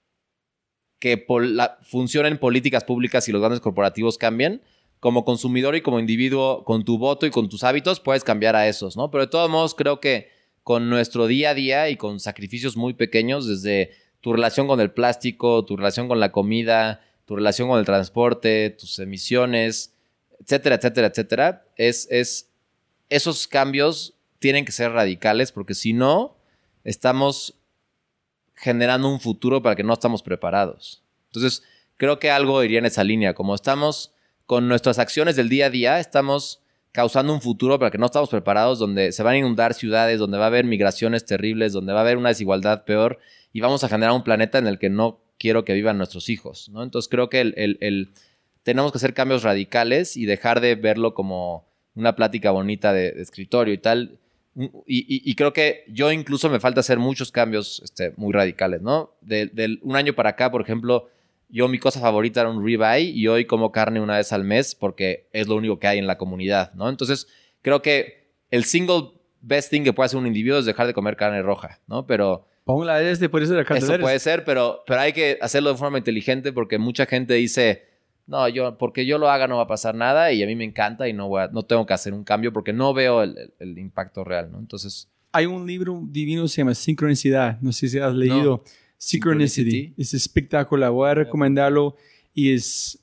que pol- la, funcionen políticas públicas y los grandes corporativos cambien, como consumidor y como individuo, con tu voto y con tus hábitos, puedes cambiar a esos, ¿no? Pero de todos modos, creo que con nuestro día a día y con sacrificios muy pequeños, desde tu relación con el plástico, tu relación con la comida, tu relación con el transporte, tus emisiones, etcétera, etcétera, etcétera, es, es, esos cambios tienen que ser radicales, porque si no, estamos generando un futuro para que no estamos preparados. Entonces, creo que algo iría en esa línea. Como estamos con nuestras acciones del día a día, estamos causando un futuro para que no estamos preparados, donde se van a inundar ciudades, donde va a haber migraciones terribles, donde va a haber una desigualdad peor, y vamos a generar un planeta en el que no quiero que vivan nuestros hijos, ¿no? Entonces, creo que el, el, el, tenemos que hacer cambios radicales y dejar de verlo como una plática bonita de, de escritorio y tal. Y, y, y creo que yo incluso me falta hacer muchos cambios este, muy radicales, ¿no? De, de un año para acá, por ejemplo, yo mi cosa favorita era un ribeye y hoy como carne una vez al mes porque es lo único que hay en la comunidad, ¿no? Entonces, creo que el single best thing que puede hacer un individuo es dejar de comer carne roja, ¿no? Pero Póngala desde por eso de la cartelera. eso puede ser, pero, pero hay que hacerlo de forma inteligente porque mucha gente dice, no, yo, porque yo lo haga no va a pasar nada y a mí me encanta y no, voy a, no tengo que hacer un cambio porque no veo el, el, el impacto real, ¿no? Entonces... Hay un libro divino que se llama Sincronicidad. No sé si has leído. No. Synchronicity. Synchronicity. Es espectacular. Voy a recomendarlo. Y es...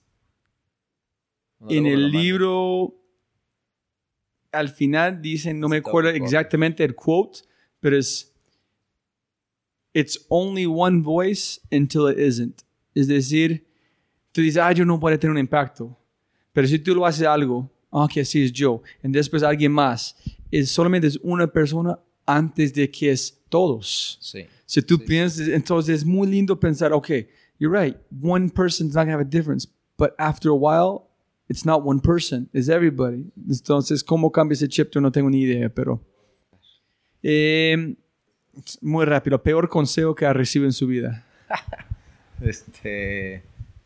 No, en luego me el lo mandas. libro... Al final dicen, no me Está acuerdo un poco. exactamente el quote, pero es... It's only one voice until it isn't. Es decir, tú dices, ah, yo no puedo tener un impacto. Pero si tú lo haces algo, ah, que así es yo, y después alguien más, es solamente es una persona antes de que es todos. Sí. Si tú Sí, piensas, entonces es muy lindo pensar, okay, you're right, one person's not going to have a difference, but after a while, it's not one person, it's everybody. Entonces, ¿cómo cambia ese chip? Yo no tengo ni idea, pero... Eh, muy rápido, peor consejo que ha recibido en su vida. Este...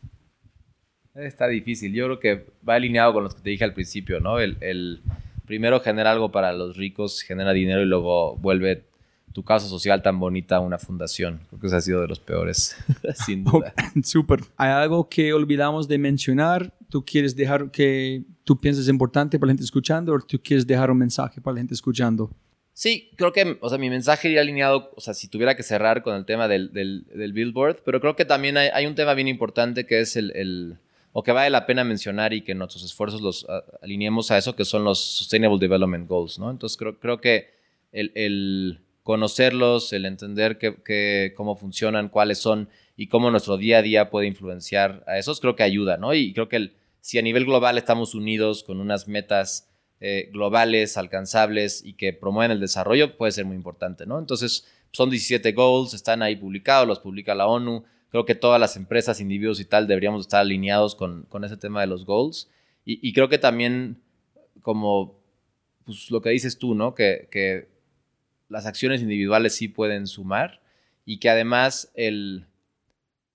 Está difícil. Yo creo que va alineado con los que te dije al principio, ¿no? El, el primero genera algo para los ricos, genera dinero y luego vuelve tu causa social tan bonita a una fundación. Creo que ese ha sido de los peores, sin duda. Súper. ¿Hay algo que olvidamos de mencionar? ¿Tú quieres dejar que tú piensas importante para la gente escuchando o tú quieres dejar un mensaje para la gente escuchando? Sí, creo que, o sea, mi mensaje iría alineado, o sea, si tuviera que cerrar con el tema del, del, del Billboard, pero creo que también hay, hay un tema bien importante que es el, el, o que vale la pena mencionar y que nuestros esfuerzos los uh, alineemos a eso, que son los Sustainable Development Goals, ¿no? Entonces creo, creo que el, el conocerlos, el entender que, que, cómo funcionan, cuáles son y cómo nuestro día a día puede influenciar a esos, creo que ayuda, ¿no? Y creo que el, si a nivel global estamos unidos con unas metas Eh, globales, alcanzables y que promueven el desarrollo, puede ser muy importante, ¿no? Entonces, son diecisiete goals, están ahí publicados, los publica la ONU. Creo que todas las empresas, individuos y tal deberíamos estar alineados con, con ese tema de los goals. Y, y creo que también, como pues, lo que dices tú, ¿no? Que, que las acciones individuales sí pueden sumar y que además el,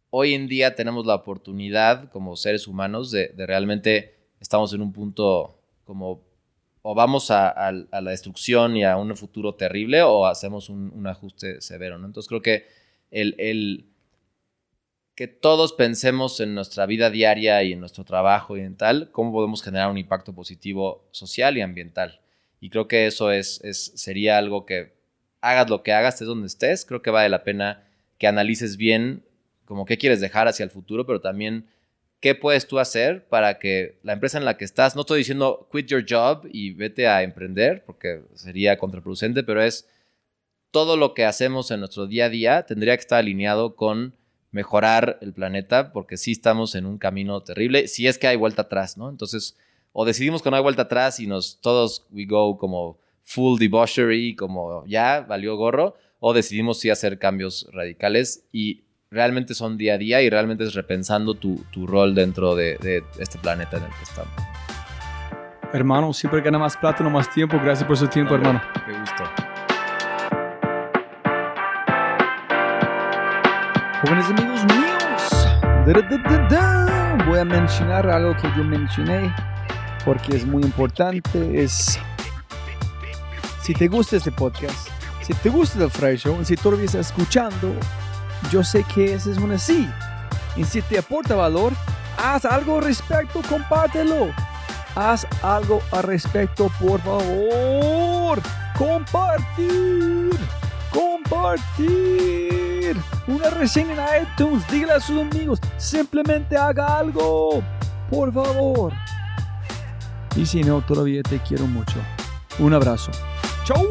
hoy en día tenemos la oportunidad como seres humanos de, de realmente estamos en un punto como o vamos a, a, a la destrucción y a un futuro terrible o hacemos un, un ajuste severo, ¿no? Entonces creo que el, el que todos pensemos en nuestra vida diaria y en nuestro trabajo y en tal, cómo podemos generar un impacto positivo social y ambiental. Y creo que eso es, es sería algo que hagas lo que hagas, estés donde estés, creo que vale la pena que analices bien como qué quieres dejar hacia el futuro, pero también qué puedes tú hacer para que la empresa en la que estás, no estoy diciendo quit your job y vete a emprender, porque sería contraproducente, pero es todo lo que hacemos en nuestro día a día tendría que estar alineado con mejorar el planeta, porque sí estamos en un camino terrible, si es que hay vuelta atrás, ¿no? Entonces, o decidimos que no hay vuelta atrás y nos todos we go como full debauchery, como ya valió gorro, o decidimos sí hacer cambios radicales y realmente son día a día y realmente es repensando tu, tu rol dentro de, de este planeta en el que estamos. Hermano, siempre gana más plata, no más tiempo. Gracias por su tiempo, no, hermano. Qué gusto. Jóvenes amigos míos, da, da, da, da. Voy a mencionar algo que yo mencioné porque es muy importante. Es, si te gusta este podcast, si te gusta el Fry Show, si todavía estás escuchando, yo sé que ese es un sí. Y si te aporta valor, haz algo al respecto, compártelo. Haz algo al respecto, por favor. Compartir. Compartir. Una reseña en iTunes. Dígale a sus amigos. Simplemente haga algo. Por favor. Y si no, todavía te quiero mucho. Un abrazo. ¡Chau!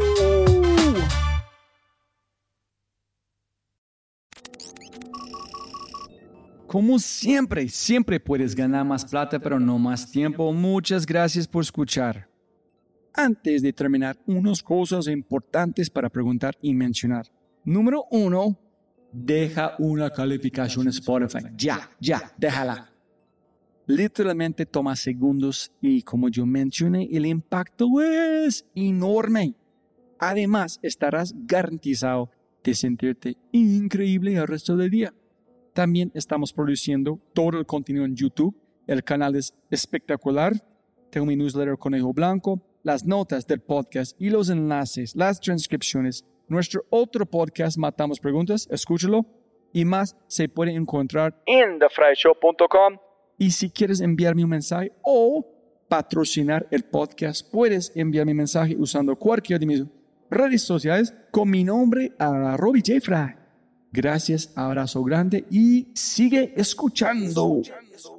Como siempre, siempre puedes ganar más plata, pero no más tiempo. Muchas gracias por escuchar. Antes de terminar, unas cosas importantes para preguntar y mencionar. Número uno, deja una calificación en Spotify. Ya, ya, déjala. Literalmente toma segundos y como yo mencioné, el impacto es enorme. Además, estarás garantizado de sentirte increíble el resto del día. También estamos produciendo todo el contenido en YouTube. El canal es espectacular. Tengo mi newsletter Conejo Blanco, las notas del podcast y los enlaces, las transcripciones. Nuestro otro podcast, Matamos Preguntas, escúchalo. Y más se puede encontrar en the fry show punto com. Y si quieres enviarme un mensaje o patrocinar el podcast, puedes enviarme un mensaje usando cualquiera de mis redes sociales con mi nombre a Robbie J. Fry. Gracias, abrazo grande y sigue escuchando.